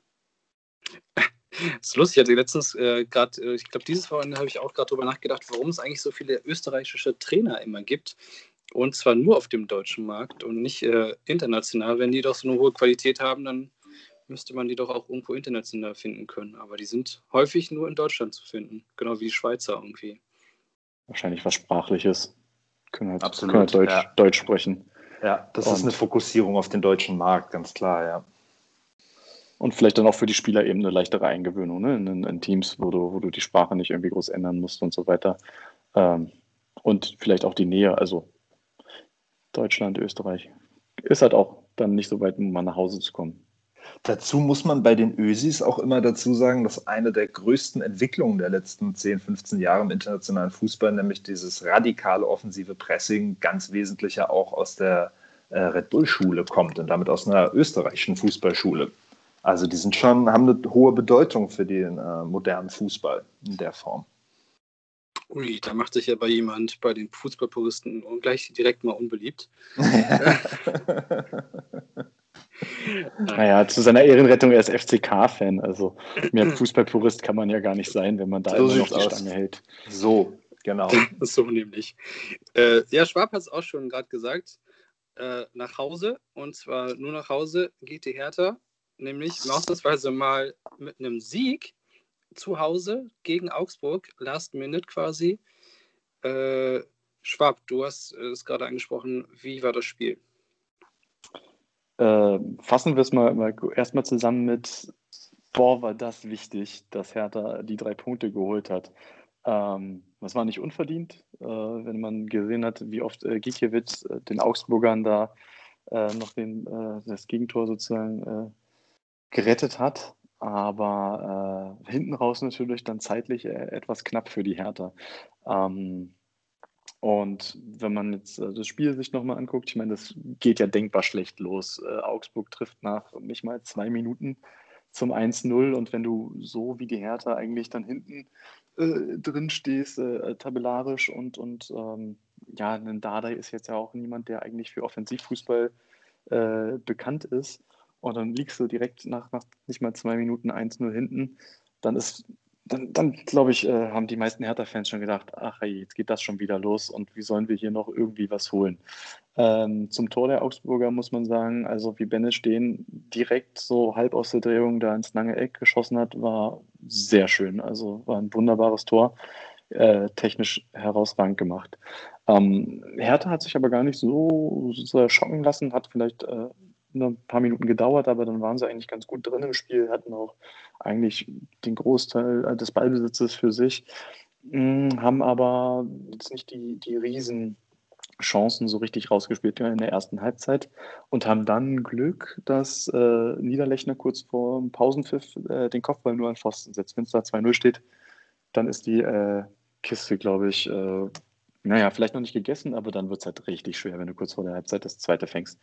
Das ist lustig, ich hatte letztens äh, gerade, äh, ich glaube, dieses Wochenende habe ich auch gerade darüber nachgedacht, warum es eigentlich so viele österreichische Trainer immer gibt. Und zwar nur auf dem deutschen Markt und nicht äh, international. Wenn die doch so eine hohe Qualität haben, dann müsste man die doch auch irgendwo international finden können. Aber die sind häufig nur in Deutschland zu finden, genau wie die Schweizer irgendwie. Wahrscheinlich was Sprachliches. Können halt, Absolut, können halt Deutsch, ja. Deutsch sprechen. Ja, das Und- ist eine Fokussierung auf den deutschen Markt, ganz klar, ja. Und vielleicht dann auch für die Spieler eben eine leichtere Eingewöhnung, ne? in, in Teams, wo du, wo du die Sprache nicht irgendwie groß ändern musst und so weiter. Ähm, und vielleicht auch die Nähe, also Deutschland, Österreich. Ist halt auch dann nicht so weit, um mal nach Hause zu kommen. Dazu muss man bei den Ösis auch immer dazu sagen, dass eine der größten Entwicklungen der letzten zehn, fünfzehn Jahre im internationalen Fußball, nämlich dieses radikale offensive Pressing, ganz wesentlich ja auch aus der äh, Red Bull-Schule kommt und damit aus einer österreichischen Fußballschule. Also die sind schon, haben eine hohe Bedeutung für den äh, modernen Fußball in der Form. Ui, da macht sich ja bei jemand, bei den Fußballpuristen gleich direkt mal unbeliebt. Naja, zu seiner Ehrenrettung, er ist F C K-Fan. Also mehr Fußballpurist kann man ja gar nicht sein, wenn man da So immer noch sieht's die aus. Stange hält. So, genau. So nämlich. Äh, ja, Schwab hat es auch schon gerade gesagt. Äh, nach Hause, und zwar nur nach Hause, geht die Hertha, nämlich ausnahmsweise mal mit einem Sieg zu Hause gegen Augsburg, Last Minute quasi. Äh, Schwab, du hast es gerade angesprochen. Wie war das Spiel? Äh, fassen wir es mal, mal erstmal zusammen mit, boah, war das wichtig, dass Hertha die drei Punkte geholt hat. Ähm, das war nicht unverdient, äh, wenn man gesehen hat, wie oft äh, Gikiewicz äh, den Augsburgern da äh, noch den, äh, das Gegentor sozusagen äh, gerettet hat. Aber äh, hinten raus natürlich dann zeitlich äh, etwas knapp für die Hertha. Ähm, Und wenn man jetzt äh, das Spiel sich nochmal anguckt, ich meine, das geht ja denkbar schlecht los. Äh, Augsburg trifft nach nicht mal zwei Minuten zum eins null und wenn du so wie die Hertha eigentlich dann hinten äh, drin stehst, äh, tabellarisch und, und ähm, ja, ein Dardai ist jetzt ja auch niemand, der eigentlich für Offensivfußball äh, bekannt ist und dann liegst du direkt nach, nach nicht mal zwei Minuten eins null hinten, dann ist dann, dann glaube ich, äh, haben die meisten Hertha-Fans schon gedacht, ach hey, jetzt geht das schon wieder los und wie sollen wir hier noch irgendwie was holen? Ähm, zum Tor der Augsburger muss man sagen, also wie Benne Stehen direkt so halb aus der Drehung da ins lange Eck geschossen hat, war sehr schön. Also war ein wunderbares Tor, äh, technisch herausragend gemacht. Ähm, Hertha hat sich aber gar nicht so, so schocken lassen, hat vielleicht äh, nur ein paar Minuten gedauert, aber dann waren sie eigentlich ganz gut drin im Spiel, hatten auch eigentlich den Großteil äh, des Ballbesitzes für sich, mh, haben aber jetzt nicht die, die riesen Chancen so richtig rausgespielt in der ersten Halbzeit und haben dann Glück, dass äh, Niederlechner kurz vor dem Pausenpfiff äh, den Kopfball nur an den Pfosten setzt. Wenn es da zwei null steht, dann ist die äh, Kiste, glaube ich, äh, naja, vielleicht noch nicht gegessen, aber dann wird es halt richtig schwer, wenn du kurz vor der Halbzeit das zweite fängst.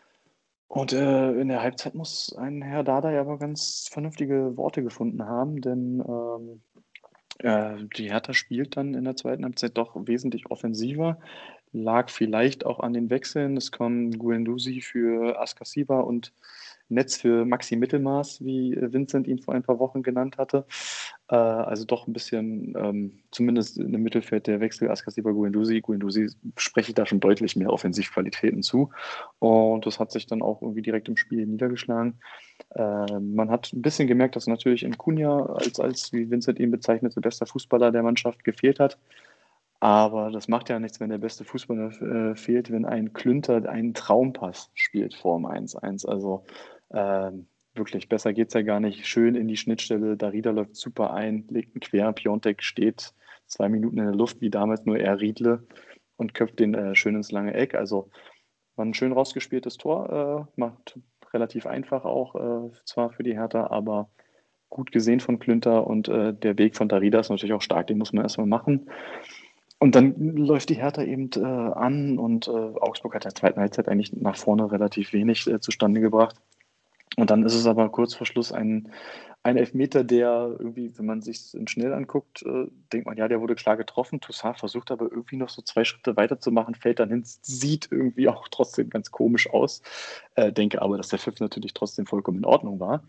Und äh, in der Halbzeit muss ein Herr Dardai aber ganz vernünftige Worte gefunden haben, denn ähm, äh, die Hertha spielt dann in der zweiten Halbzeit doch wesentlich offensiver. Lag vielleicht auch an den Wechseln. Es kommen Guendouzi für Askasiba und Netz für Maxi Mittelmaß, wie Vincent ihn vor ein paar Wochen genannt hatte. Äh, also doch ein bisschen, ähm, zumindest in dem Mittelfeld der Wechsel Askasiba Guendouzi. Guendouzi spreche ich da schon deutlich mehr Offensivqualitäten zu. Und das hat sich dann auch irgendwie direkt im Spiel niedergeschlagen. Äh, man hat ein bisschen gemerkt, dass natürlich in Cunha als, als, wie Vincent ihn bezeichnete, bester Fußballer der Mannschaft gefehlt hat. Aber das macht ja nichts, wenn der beste Fußballer äh, fehlt, wenn ein Klünter einen Traumpass spielt vor dem eins eins. Also ähm, wirklich, besser geht es ja gar nicht. Schön in die Schnittstelle, Darida läuft super ein, legt einen quer, Piontek steht zwei Minuten in der Luft, wie damals nur er Riedle und köpft den äh, schön ins lange Eck. Also war ein schön rausgespieltes Tor, äh, macht relativ einfach auch, äh, zwar für die Hertha, aber gut gesehen von Klünter und äh, der Weg von Darida ist natürlich auch stark, den muss man erstmal machen. Und dann läuft die Hertha eben äh, an und äh, Augsburg hat in der zweiten Halbzeit eigentlich nach vorne relativ wenig äh, zustande gebracht. Und dann ist es aber kurz vor Schluss ein, ein Elfmeter, der irgendwie, wenn man sich schnell anguckt, äh, denkt man, ja, der wurde klar getroffen. Toussaint versucht aber irgendwie noch so zwei Schritte weiterzumachen, fällt dann hin, sieht irgendwie auch trotzdem ganz komisch aus. Äh, denke aber, dass der Pfiff natürlich trotzdem vollkommen in Ordnung war.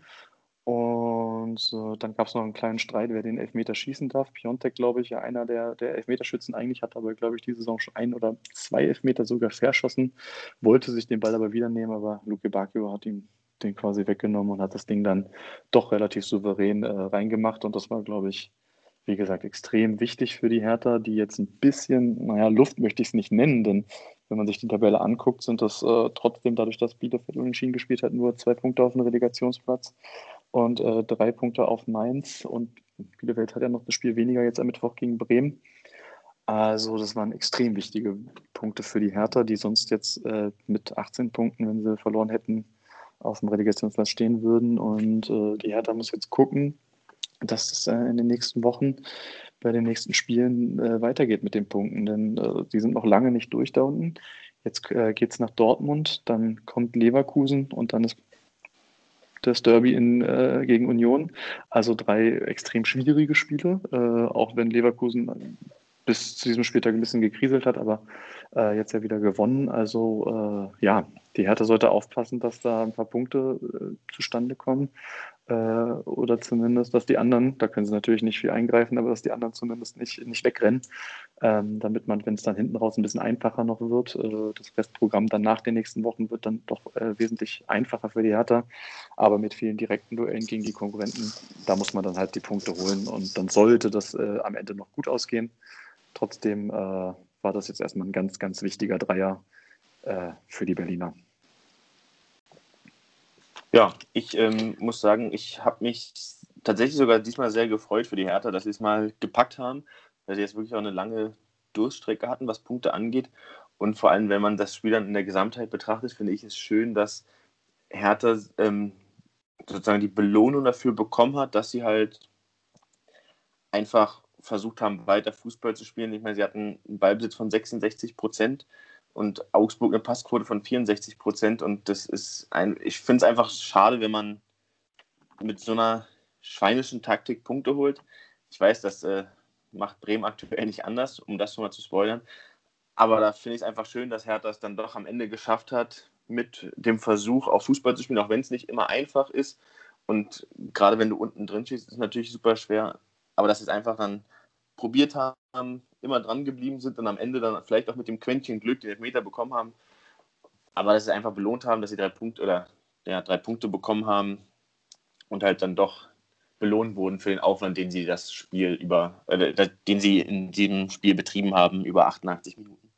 Und äh, dann gab es noch einen kleinen Streit, wer den Elfmeter schießen darf. Piontek, glaube ich, ja einer der, der Elfmeterschützen eigentlich, hat aber, glaube ich, diese Saison schon ein oder zwei Elfmeter sogar verschossen, wollte sich den Ball aber wieder nehmen, aber Luke Bacchio hat ihm den quasi weggenommen und hat das Ding dann doch relativ souverän äh, reingemacht. Und das war, glaube ich, wie gesagt, extrem wichtig für die Hertha, die jetzt ein bisschen, naja, Luft möchte ich es nicht nennen, denn wenn man sich die Tabelle anguckt, sind das äh, trotzdem, dadurch, dass Bielefeld unentschieden gespielt hat, nur zwei Punkte auf dem Relegationsplatz und äh, drei Punkte auf Mainz. Und Bielefeld hat ja noch das Spiel weniger jetzt am Mittwoch gegen Bremen. Also das waren extrem wichtige Punkte für die Hertha, die sonst jetzt äh, mit achtzehn Punkten, wenn sie verloren hätten, auf dem Relegationsplatz stehen würden. Und äh, die Hertha muss jetzt gucken, dass es äh, in den nächsten Wochen bei den nächsten Spielen äh, weitergeht mit den Punkten, denn äh, die sind noch lange nicht durch da unten. Jetzt äh, geht es nach Dortmund, dann kommt Leverkusen und dann ist das Derby in, äh, gegen Union. Also drei extrem schwierige Spiele, äh, auch wenn Leverkusen bis zu diesem Spieltag ein bisschen gekriselt hat, aber äh, jetzt ja wieder gewonnen. Also äh, ja, die Hertha sollte aufpassen, dass da ein paar Punkte äh, zustande kommen. Äh, oder zumindest, dass die anderen, da können sie natürlich nicht viel eingreifen, aber dass die anderen zumindest nicht, nicht wegrennen, ähm, damit man, wenn es dann hinten raus ein bisschen einfacher noch wird, äh, das Restprogramm dann nach den nächsten Wochen wird dann doch äh, wesentlich einfacher für die Hertha, aber mit vielen direkten Duellen gegen die Konkurrenten, da muss man dann halt die Punkte holen und dann sollte das äh, am Ende noch gut ausgehen. Trotzdem äh, war das jetzt erstmal ein ganz, ganz wichtiger Dreier äh, für die Berliner. Ja, ich ähm, muss sagen, ich habe mich tatsächlich sogar diesmal sehr gefreut für die Hertha, dass sie es mal gepackt haben, weil sie jetzt wirklich auch eine lange Durststrecke hatten, was Punkte angeht. Und vor allem, wenn man das Spiel dann in der Gesamtheit betrachtet, finde ich es schön, dass Hertha ähm, sozusagen die Belohnung dafür bekommen hat, dass sie halt einfach versucht haben, weiter Fußball zu spielen. Ich meine, sie hatten einen Ballbesitz von sechsundsechzig Prozent und Augsburg eine Passquote von vierundsechzig Prozent. Und das ist ein, ich finde es einfach schade, wenn man mit so einer schweinischen Taktik Punkte holt. Ich weiß, das äh, macht Bremen aktuell nicht anders, um das schon mal zu spoilern. Aber da finde ich es einfach schön, dass Hertha es dann doch am Ende geschafft hat, mit dem Versuch, auch Fußball zu spielen, auch wenn es nicht immer einfach ist. Und gerade wenn du unten drin stehst, ist es natürlich super schwer. Aber dass sie es einfach dann probiert haben, immer dran geblieben sind und am Ende dann vielleicht auch mit dem Quäntchen Glück den Elfmeter bekommen haben. Aber dass sie einfach belohnt haben, dass sie drei Punkte oder ja, drei Punkte bekommen haben und halt dann doch belohnt wurden für den Aufwand, den sie das Spiel über, äh, den sie in diesem Spiel betrieben haben, über achtundachtzig Minuten.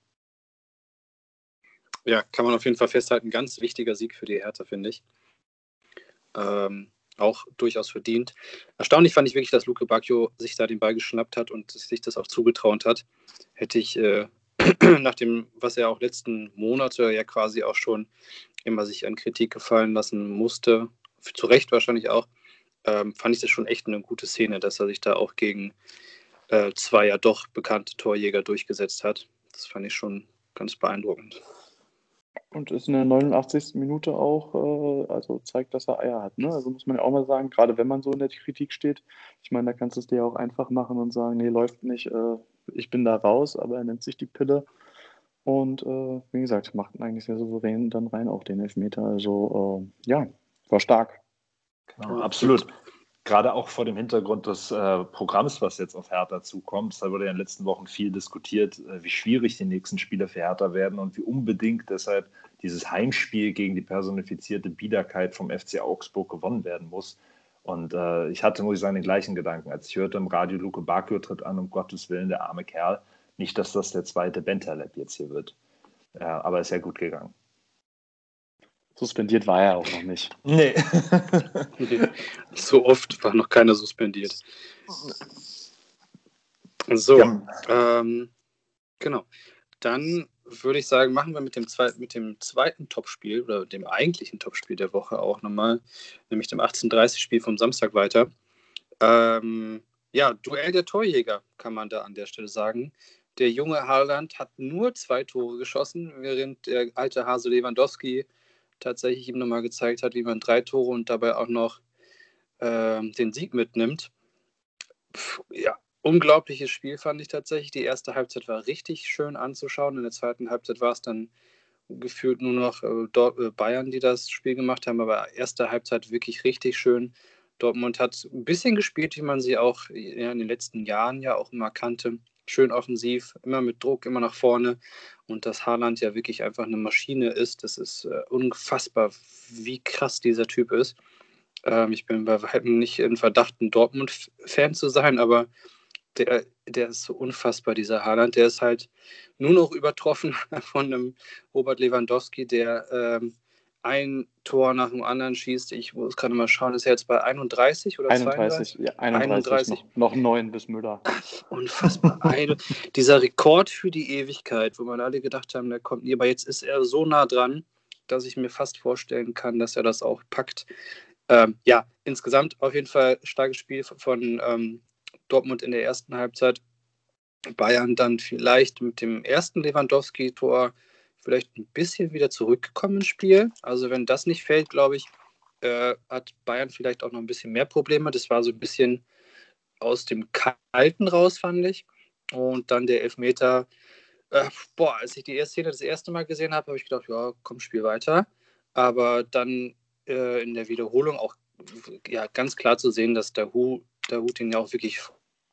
Ja, kann man auf jeden Fall festhalten. Ganz wichtiger Sieg für die Hertha, finde ich. Ähm, auch durchaus verdient. Erstaunlich fand ich wirklich, dass Luke Bacchio sich da den Ball geschnappt hat und sich das auch zugetraut hat. Hätte ich äh, nach dem, was er auch letzten Monate ja quasi auch schon immer sich an Kritik gefallen lassen musste, zu Recht wahrscheinlich auch, ähm, fand ich das schon echt eine gute Szene, dass er sich da auch gegen äh, zwei ja doch bekannte Torjäger durchgesetzt hat. Das fand ich schon ganz beeindruckend. Und ist in der neunundachtzigsten Minute auch, äh, also zeigt, dass er Eier hat. Ne? Also muss man ja auch mal sagen, gerade wenn man so in der Kritik steht. Ich meine, da kannst du es dir ja auch einfach machen und sagen, nee, läuft nicht, äh, ich bin da raus, aber er nimmt sich die Pille. Und äh, wie gesagt, macht ihn eigentlich sehr souverän dann rein auch den Elfmeter. Also äh, ja, war stark. Genau, absolut. Gerade auch vor dem Hintergrund des äh, Programms, was jetzt auf Hertha zukommt. Da wurde ja in den letzten Wochen viel diskutiert, äh, wie schwierig die nächsten Spiele für Hertha werden und wie unbedingt deshalb dieses Heimspiel gegen die personifizierte Biederkeit vom F C Augsburg gewonnen werden muss. Und äh, ich hatte, muss ich sagen, den gleichen Gedanken, als ich hörte im Radio, Luke Bacchio tritt an, um Gottes Willen, der arme Kerl. Nicht, dass das der zweite Bentaleb jetzt hier wird. Ja, aber ist ja gut gegangen. Suspendiert war er auch noch nicht. Nee. So oft war noch keiner suspendiert. So, Ja. ähm, genau. Dann würde ich sagen, machen wir mit dem, zweit, mit dem zweiten Topspiel oder dem eigentlichen Topspiel der Woche auch nochmal, nämlich dem achtzehn Uhr dreißig Spiel vom Samstag weiter. Ähm, ja, Duell der Torjäger, kann man da an der Stelle sagen. Der junge Haaland hat nur zwei Tore geschossen, während der alte Hase Lewandowski tatsächlich ihm nochmal gezeigt hat, wie man drei Tore und dabei auch noch äh, den Sieg mitnimmt. Puh, ja, unglaubliches Spiel fand ich tatsächlich. Die erste Halbzeit war richtig schön anzuschauen. In der zweiten Halbzeit war es dann gefühlt nur noch äh, Dort, äh, Bayern, die das Spiel gemacht haben, aber erste Halbzeit wirklich richtig schön. Dortmund hat ein bisschen gespielt, wie man sie auch ja, in den letzten Jahren ja auch immer kannte. Schön offensiv, immer mit Druck, immer nach vorne. Und dass Haaland ja wirklich einfach eine Maschine ist, das ist äh, unfassbar, wie krass dieser Typ ist. Ähm, ich bin bei weitem nicht in Verdacht, ein Dortmund-Fan zu sein, aber der, der ist so unfassbar, dieser Haaland. Der ist halt nur noch übertroffen von einem Robert Lewandowski, der ähm, ein Tor nach dem anderen schießt. Ich muss gerade mal schauen, ist er jetzt bei einunddreißig oder einunddreißig, zweiunddreißig? ja, einunddreißig, einunddreißig. Noch, noch neun bis Müller. Unfassbar. Eine, dieser Rekord für die Ewigkeit, wo man alle gedacht haben, der kommt nie. Aber jetzt ist er so nah dran, dass ich mir fast vorstellen kann, dass er das auch packt. Ähm, ja, insgesamt auf jeden Fall starkes Spiel von ähm, Dortmund in der ersten Halbzeit. Bayern dann vielleicht mit dem ersten Lewandowski-Tor vielleicht ein bisschen wieder zurückgekommen ins Spiel. Also wenn das nicht fällt, glaube ich, äh, hat Bayern vielleicht auch noch ein bisschen mehr Probleme. Das war so ein bisschen aus dem Kalten raus, fand ich. Und dann der Elfmeter. Äh, boah, als ich die erste Szene das erste Mal gesehen habe, habe ich gedacht, ja, komm, spiel weiter. Aber dann äh, in der Wiederholung auch ja, ganz klar zu sehen, dass der Hut der Hut ihn ja auch wirklich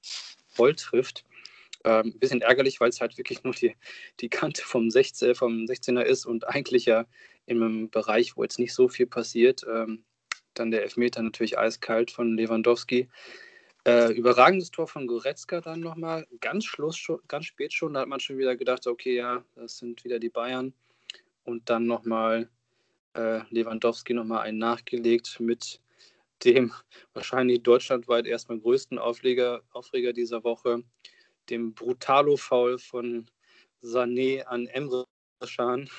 voll trifft. Ein ähm, bisschen ärgerlich, weil es halt wirklich nur die, die Kante vom, sechzehn, vom sechzehner ist und eigentlich ja in einem Bereich, wo jetzt nicht so viel passiert. Ähm, dann der Elfmeter natürlich eiskalt von Lewandowski. Äh, überragendes Tor von Goretzka dann nochmal. Ganz, Schluss schon, ganz spät schon, da hat man schon wieder gedacht, okay, ja, das sind wieder die Bayern. Und dann nochmal äh, Lewandowski nochmal einen nachgelegt mit dem wahrscheinlich deutschlandweit erstmal größten Aufreger, Aufreger dieser Woche, dem Brutalo-Foul von Sané an Emre Can.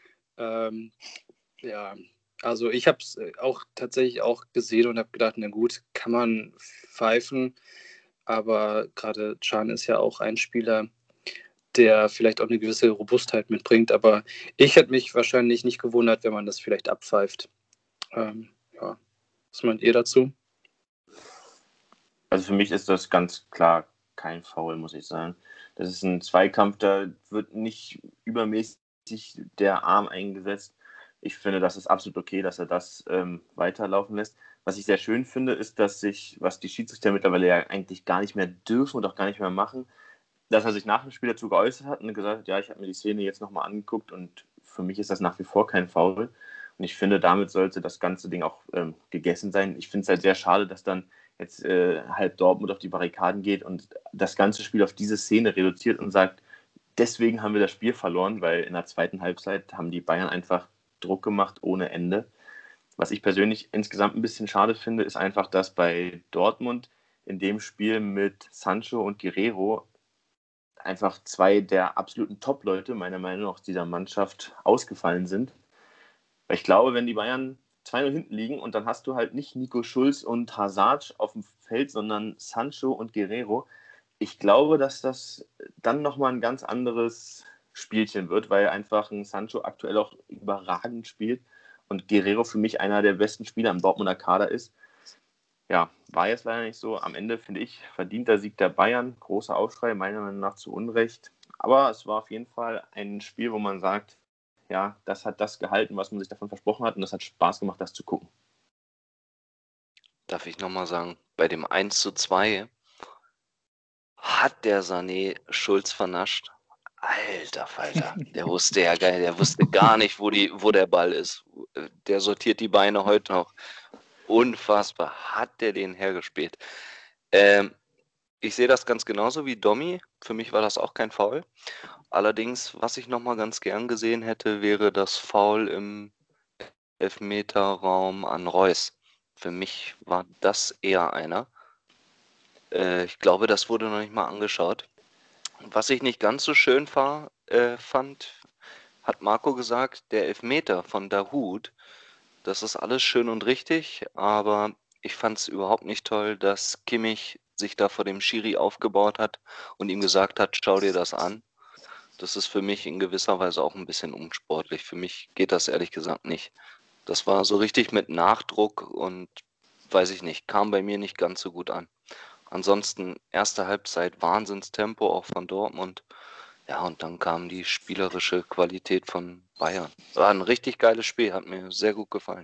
Ähm, ja, also ich habe es auch tatsächlich auch gesehen und habe gedacht, na gut, kann man pfeifen, aber gerade Can ist ja auch ein Spieler, der vielleicht auch eine gewisse Robustheit mitbringt, aber ich hätte mich wahrscheinlich nicht gewundert, wenn man das vielleicht abpfeift. Ähm, ja, was meint ihr dazu? Also für mich ist das ganz klar kein Foul, muss ich sagen. Das ist ein Zweikampf, da wird nicht übermäßig der Arm eingesetzt. Ich finde, das ist absolut okay, dass er das ähm, weiterlaufen lässt. Was ich sehr schön finde, ist, dass sich, was die Schiedsrichter mittlerweile ja eigentlich gar nicht mehr dürfen und auch gar nicht mehr machen, dass er sich nach dem Spiel dazu geäußert hat und gesagt hat, ja, ich habe mir die Szene jetzt nochmal angeguckt und für mich ist das nach wie vor kein Foul. Und ich finde, damit sollte das ganze Ding auch ähm, gegessen sein. Ich finde es halt sehr schade, dass dann jetzt äh, halb Dortmund auf die Barrikaden geht und das ganze Spiel auf diese Szene reduziert und sagt, deswegen haben wir das Spiel verloren, weil in der zweiten Halbzeit haben die Bayern einfach Druck gemacht ohne Ende. Was ich persönlich insgesamt ein bisschen schade finde, ist einfach, dass bei Dortmund in dem Spiel mit Sancho und Guerrero einfach zwei der absoluten Top-Leute, meiner Meinung nach, dieser Mannschaft ausgefallen sind. Weil ich glaube, wenn die Bayern zwei null hinten liegen und dann hast du halt nicht Nico Schulz und Hazard auf dem Feld, sondern Sancho und Guerrero, ich glaube, dass das dann nochmal ein ganz anderes Spielchen wird, weil einfach ein Sancho aktuell auch überragend spielt und Guerrero für mich einer der besten Spieler im Dortmunder Kader ist. Ja, war jetzt leider nicht so. Am Ende, finde ich, verdienter Sieg der Bayern. Großer Aufschrei, meiner Meinung nach zu Unrecht. Aber es war auf jeden Fall ein Spiel, wo man sagt, ja, das hat das gehalten, was man sich davon versprochen hat und das hat Spaß gemacht, das zu gucken. Darf ich nochmal sagen, bei dem eins zu zwei hat der Sané Schulz vernascht. Alter Falter, der wusste ja geil, der wusste gar nicht, wo, die, wo der Ball ist. Der sortiert die Beine heute noch. Unfassbar, hat der den hergespielt. Ähm, ich sehe das ganz genauso wie Domi. Für mich war das auch kein Foul. Allerdings, was ich nochmal ganz gern gesehen hätte, wäre das Foul im Elfmeterraum an Reus. Für mich war das eher einer. Äh, ich glaube, das wurde noch nicht mal angeschaut. Was ich nicht ganz so schön war, äh, fand, hat Marco gesagt, der Elfmeter von Dahoud, das ist alles schön und richtig, aber ich fand es überhaupt nicht toll, dass Kimmich sich da vor dem Schiri aufgebaut hat und ihm gesagt hat, schau dir das an. Das ist für mich in gewisser Weise auch ein bisschen unsportlich. Für mich geht das ehrlich gesagt nicht. Das war so richtig mit Nachdruck und weiß ich nicht, kam bei mir nicht ganz so gut an. Ansonsten erste Halbzeit Wahnsinnstempo auch von Dortmund. Ja, und dann kam die spielerische Qualität von Bayern. War ein richtig geiles Spiel, hat mir sehr gut gefallen.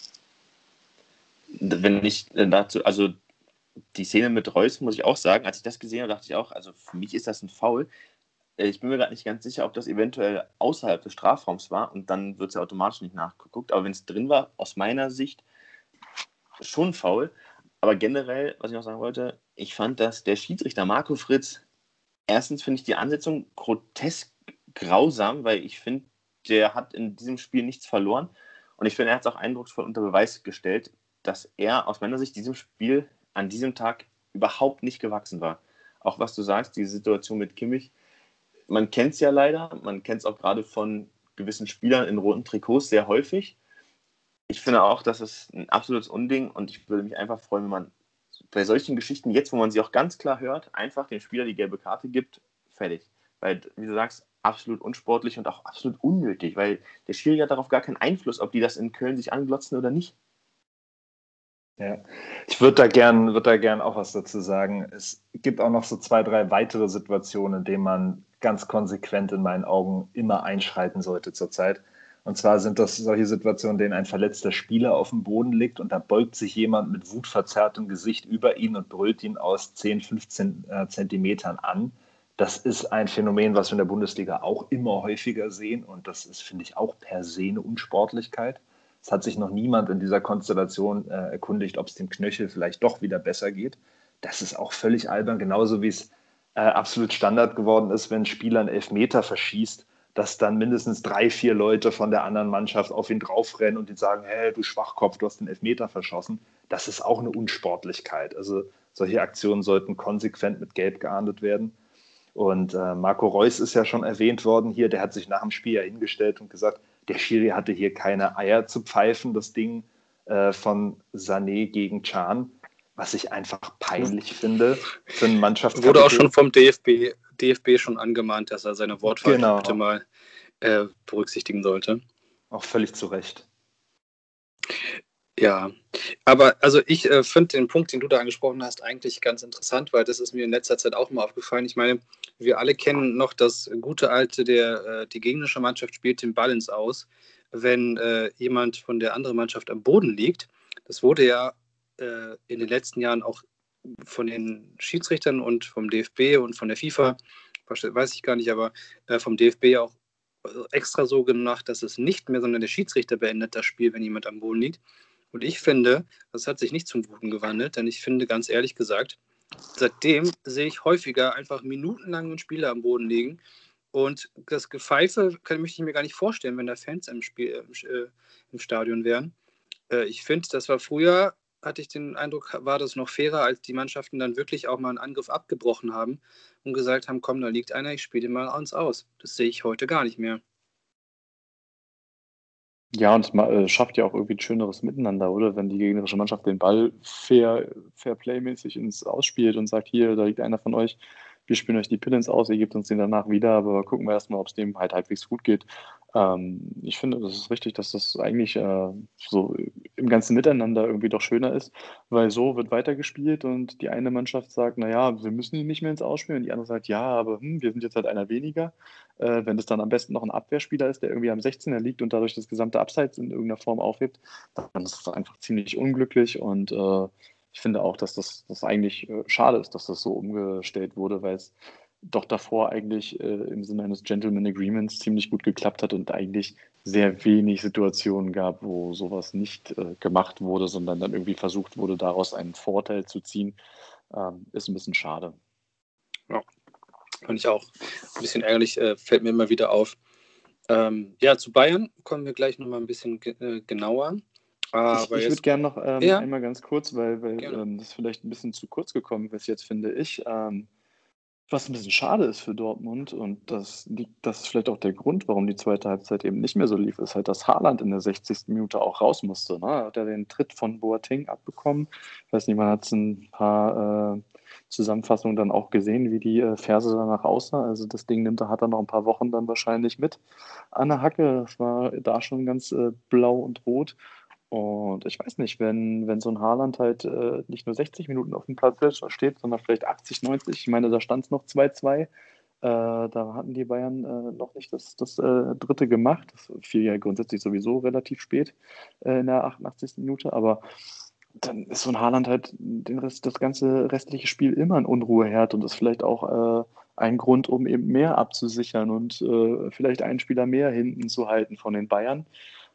Wenn ich dazu, also die Szene mit Reus, muss ich auch sagen, als ich das gesehen habe, dachte ich auch, also für mich ist das ein Foul. Ich bin mir gerade nicht ganz sicher, ob das eventuell außerhalb des Strafraums war und dann wird es ja automatisch nicht nachgeguckt. Aber wenn es drin war, aus meiner Sicht schon faul. Aber generell, was ich noch sagen wollte, ich fand, dass der Schiedsrichter Marco Fritz, erstens finde ich die Ansetzung grotesk grausam, weil ich finde, der hat in diesem Spiel nichts verloren. Und ich finde, er hat es auch eindrucksvoll unter Beweis gestellt, dass er aus meiner Sicht diesem Spiel an diesem Tag überhaupt nicht gewachsen war. Auch was du sagst, die Situation mit Kimmich, man kennt es ja leider, man kennt es auch gerade von gewissen Spielern in roten Trikots sehr häufig. Ich finde auch, das ist ein absolutes Unding und ich würde mich einfach freuen, wenn man bei solchen Geschichten, jetzt wo man sie auch ganz klar hört, einfach dem Spieler die gelbe Karte gibt, fertig. Weil, wie du sagst, absolut unsportlich und auch absolut unnötig, weil der Schiri hat darauf gar keinen Einfluss, ob die das in Köln sich anglotzen oder nicht. Ja, ich würde da gern, würd da gern auch was dazu sagen. Es gibt auch noch so zwei, drei weitere Situationen, in denen man ganz konsequent in meinen Augen immer einschreiten sollte zurzeit. Und zwar sind das solche Situationen, in denen ein verletzter Spieler auf dem Boden liegt und da beugt sich jemand mit wutverzerrtem Gesicht über ihn und brüllt ihn aus zehn, fünfzehn äh, Zentimetern an. Das ist ein Phänomen, was wir in der Bundesliga auch immer häufiger sehen und das ist, finde ich, auch per se eine Unsportlichkeit. Es hat sich noch niemand in dieser Konstellation äh, erkundigt, ob es dem Knöchel vielleicht doch wieder besser geht. Das ist auch völlig albern, genauso wie es äh, absolut Standard geworden ist, wenn ein Spieler einen Elfmeter verschießt, dass dann mindestens drei, vier Leute von der anderen Mannschaft auf ihn draufrennen und ihn sagen, hey, du Schwachkopf, du hast den Elfmeter verschossen. Das ist auch eine Unsportlichkeit. Also solche Aktionen sollten konsequent mit Gelb geahndet werden. Und äh, Marco Reus ist ja schon erwähnt worden hier, der hat sich nach dem Spiel ja hingestellt und gesagt, der Schiri hatte hier keine Eier zu pfeifen, das Ding äh, von Sané gegen Can. was ich einfach peinlich finde für eine Mannschaft. Wurde auch schon vom D F B, D F B schon angemahnt, dass er seine Wortwahl Genau. bitte mal äh, berücksichtigen sollte. Auch völlig zu Recht. Ja, aber also ich äh, finde den Punkt, den du da angesprochen hast, eigentlich ganz interessant, weil das ist mir in letzter Zeit auch mal aufgefallen. Ich meine, wir alle kennen noch das gute alte, der äh, die gegnerische Mannschaft spielt den Ball ins Aus, wenn äh, jemand von der anderen Mannschaft am Boden liegt. Das wurde ja äh, in den letzten Jahren auch von den Schiedsrichtern und vom D F B und von der FIFA, weiß ich gar nicht, aber äh, vom D F B auch extra so gemacht, dass es nicht mehr, sondern der Schiedsrichter beendet das Spiel, wenn jemand am Boden liegt. Und ich finde, das hat sich nicht zum Guten gewandelt, denn ich finde, ganz ehrlich gesagt, seitdem sehe ich häufiger einfach minutenlang einen Spieler am Boden liegen. Und das Gepfeife kann, möchte ich mir gar nicht vorstellen, wenn da Fans im, Spiel, äh, im Stadion wären. Äh, ich finde, das war früher, hatte ich den Eindruck, war das noch fairer, als die Mannschaften dann wirklich auch mal einen Angriff abgebrochen haben und gesagt haben, komm, da liegt einer, ich spiele den mal uns aus. Das sehe ich heute gar nicht mehr. Ja, und es ma- äh, schafft ja auch irgendwie ein schöneres Miteinander, oder? Wenn die gegnerische Mannschaft den Ball fair, fair play-mäßig ins Ausspielt und sagt, hier, da liegt einer von euch, wir spielen euch die Pillins aus, ihr gebt uns den danach wieder, aber gucken wir erstmal, ob es dem halt halbwegs gut geht. Ähm, ich finde, das ist richtig, dass das eigentlich äh, so im ganzen Miteinander irgendwie doch schöner ist, weil so wird weitergespielt und die eine Mannschaft sagt, naja, wir müssen ihn nicht mehr ins Ausspielen, und die andere sagt, ja, aber hm, wir sind jetzt halt einer weniger. Äh, wenn es dann am besten noch ein Abwehrspieler ist, der irgendwie am sechzehner liegt und dadurch das gesamte Abseits in irgendeiner Form aufhebt, dann ist das einfach ziemlich unglücklich, und äh, ich finde auch, dass das, das eigentlich äh, schade ist, dass das so umgestellt wurde, weil es doch davor eigentlich äh, im Sinne eines Gentleman Agreements ziemlich gut geklappt hat und eigentlich sehr wenig Situationen gab, wo sowas nicht äh, gemacht wurde, sondern dann irgendwie versucht wurde, daraus einen Vorteil zu ziehen. Ähm, ist ein bisschen schade. Ja, fand ich auch ein bisschen ärgerlich, äh, fällt mir immer wieder auf. Ähm, ja, zu Bayern kommen wir gleich nochmal ein bisschen ge- äh, genauer. Aber Ich, ich jetzt, würde gerne noch ähm, Ja. einmal ganz kurz, weil, weil Gerne. ähm, das vielleicht ein bisschen zu kurz gekommen ist jetzt, finde ich. Ähm, was ein bisschen schade ist für Dortmund, und das liegt, das ist vielleicht auch der Grund, warum die zweite Halbzeit eben nicht mehr so lief, ist halt, dass Haaland in der sechzigsten Minute auch raus musste. Ne? Hat er den Tritt von Boateng abbekommen? Ich weiß nicht, man hat es ein paar äh, Zusammenfassungen dann auch gesehen, wie die äh, Ferse danach aussah. Also das Ding nimmt er, hat er noch ein paar Wochen dann wahrscheinlich mit an der Hacke. Das war da schon ganz äh, blau und rot. Und ich weiß nicht, wenn, wenn so ein Haaland halt äh, nicht nur sechzig Minuten auf dem Platz steht, sondern vielleicht achtzig, neunzig, ich meine, da stand es noch zwei zwei, äh, da hatten die Bayern äh, noch nicht das, das äh, dritte gemacht. Das fiel ja grundsätzlich sowieso relativ spät äh, in der achtundachtzigsten Minute, aber dann ist so ein Haaland halt den Rest, das ganze restliche Spiel immer ein Unruheherd, und ist vielleicht auch äh, ein Grund, um eben mehr abzusichern und äh, vielleicht einen Spieler mehr hinten zu halten von den Bayern.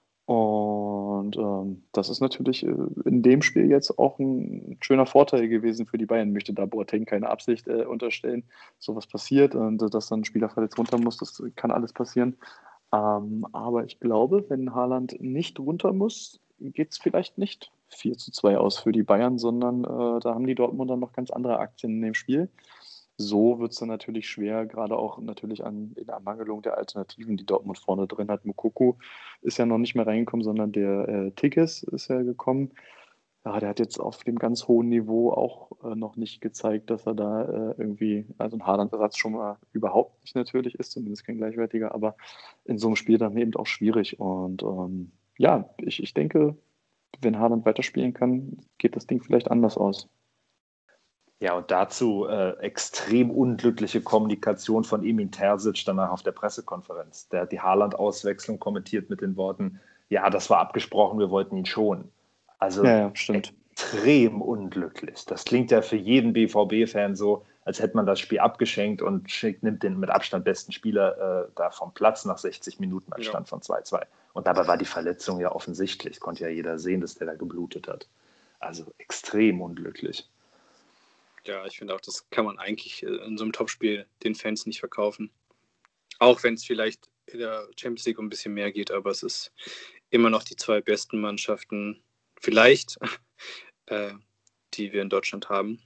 Und ähm, das ist natürlich äh, in dem Spiel jetzt auch ein schöner Vorteil gewesen für die Bayern. Ich möchte da Boateng keine Absicht äh, unterstellen, sowas passiert und äh, dass dann ein Spieler verletzt runter muss, das kann alles passieren. Ähm, aber ich glaube, wenn Haaland nicht runter muss, geht es vielleicht nicht vier zu zwei aus für die Bayern, sondern äh, da haben die Dortmunder noch ganz andere Aktien in dem Spiel. So wird es dann natürlich schwer, gerade auch natürlich an, in Ermangelung der Alternativen, die Dortmund vorne drin hat. Mukoko ist ja noch nicht mehr reingekommen, sondern der äh, Tigges ist ja gekommen. Ja, der hat jetzt auf dem ganz hohen Niveau auch äh, noch nicht gezeigt, dass er da äh, irgendwie, also ein Haaland-Ersatz schon mal überhaupt nicht natürlich ist, zumindest kein gleichwertiger, aber in so einem Spiel dann eben auch schwierig. Und ähm, ja, ich, ich denke, wenn Haaland weiterspielen kann, geht das Ding vielleicht anders aus. Ja, und dazu äh, extrem unglückliche Kommunikation von Emin Terzic danach auf der Pressekonferenz. Der hat die Haaland-Auswechslung kommentiert mit den Worten, ja, das war abgesprochen, wir wollten ihn schonen. Also Ja, ja, stimmt. extrem unglücklich. Das klingt ja für jeden B V B-Fan so, als hätte man das Spiel abgeschenkt und schickt, nimmt den mit Abstand besten Spieler äh, da vom Platz nach sechzig Minuten bei Stand von zwei zwei. Und dabei war die Verletzung ja offensichtlich. Konnte ja jeder sehen, dass der da geblutet hat. Also extrem unglücklich. Ja, ich finde auch, das kann man eigentlich in so einem Topspiel den Fans nicht verkaufen. Auch wenn es vielleicht in der Champions League um ein bisschen mehr geht, aber es ist immer noch die zwei besten Mannschaften, vielleicht, äh, die wir in Deutschland haben.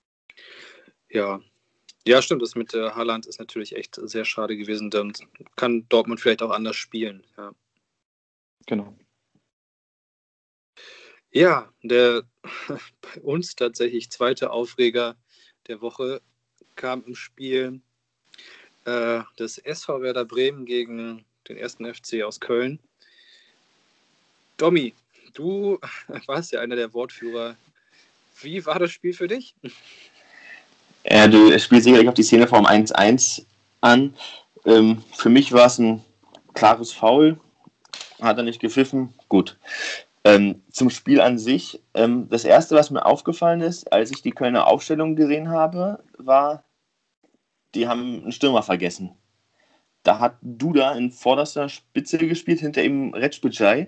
Ja, ja, stimmt, das mit äh, Haaland ist natürlich echt sehr schade gewesen. Dann kann Dortmund vielleicht auch anders spielen. Ja. Genau. Ja, der bei uns tatsächlich zweite Aufreger der Woche kam im Spiel äh, des S V Werder Bremen gegen den ersten F C aus Köln. Domi, du warst ja einer der Wortführer. Wie war das Spiel für dich? Ja, du spielst sicherlich auf die Szene vom eins eins an. Ähm, für mich war es ein klares Foul. Hat er nicht gepfiffen? Gut. Ähm, zum Spiel an sich. Ähm, das Erste, was mir aufgefallen ist, als ich die Kölner Aufstellung gesehen habe, war, die haben einen Stürmer vergessen. Da hat Duda in vorderster Spitze gespielt, hinter ihm Recpicai.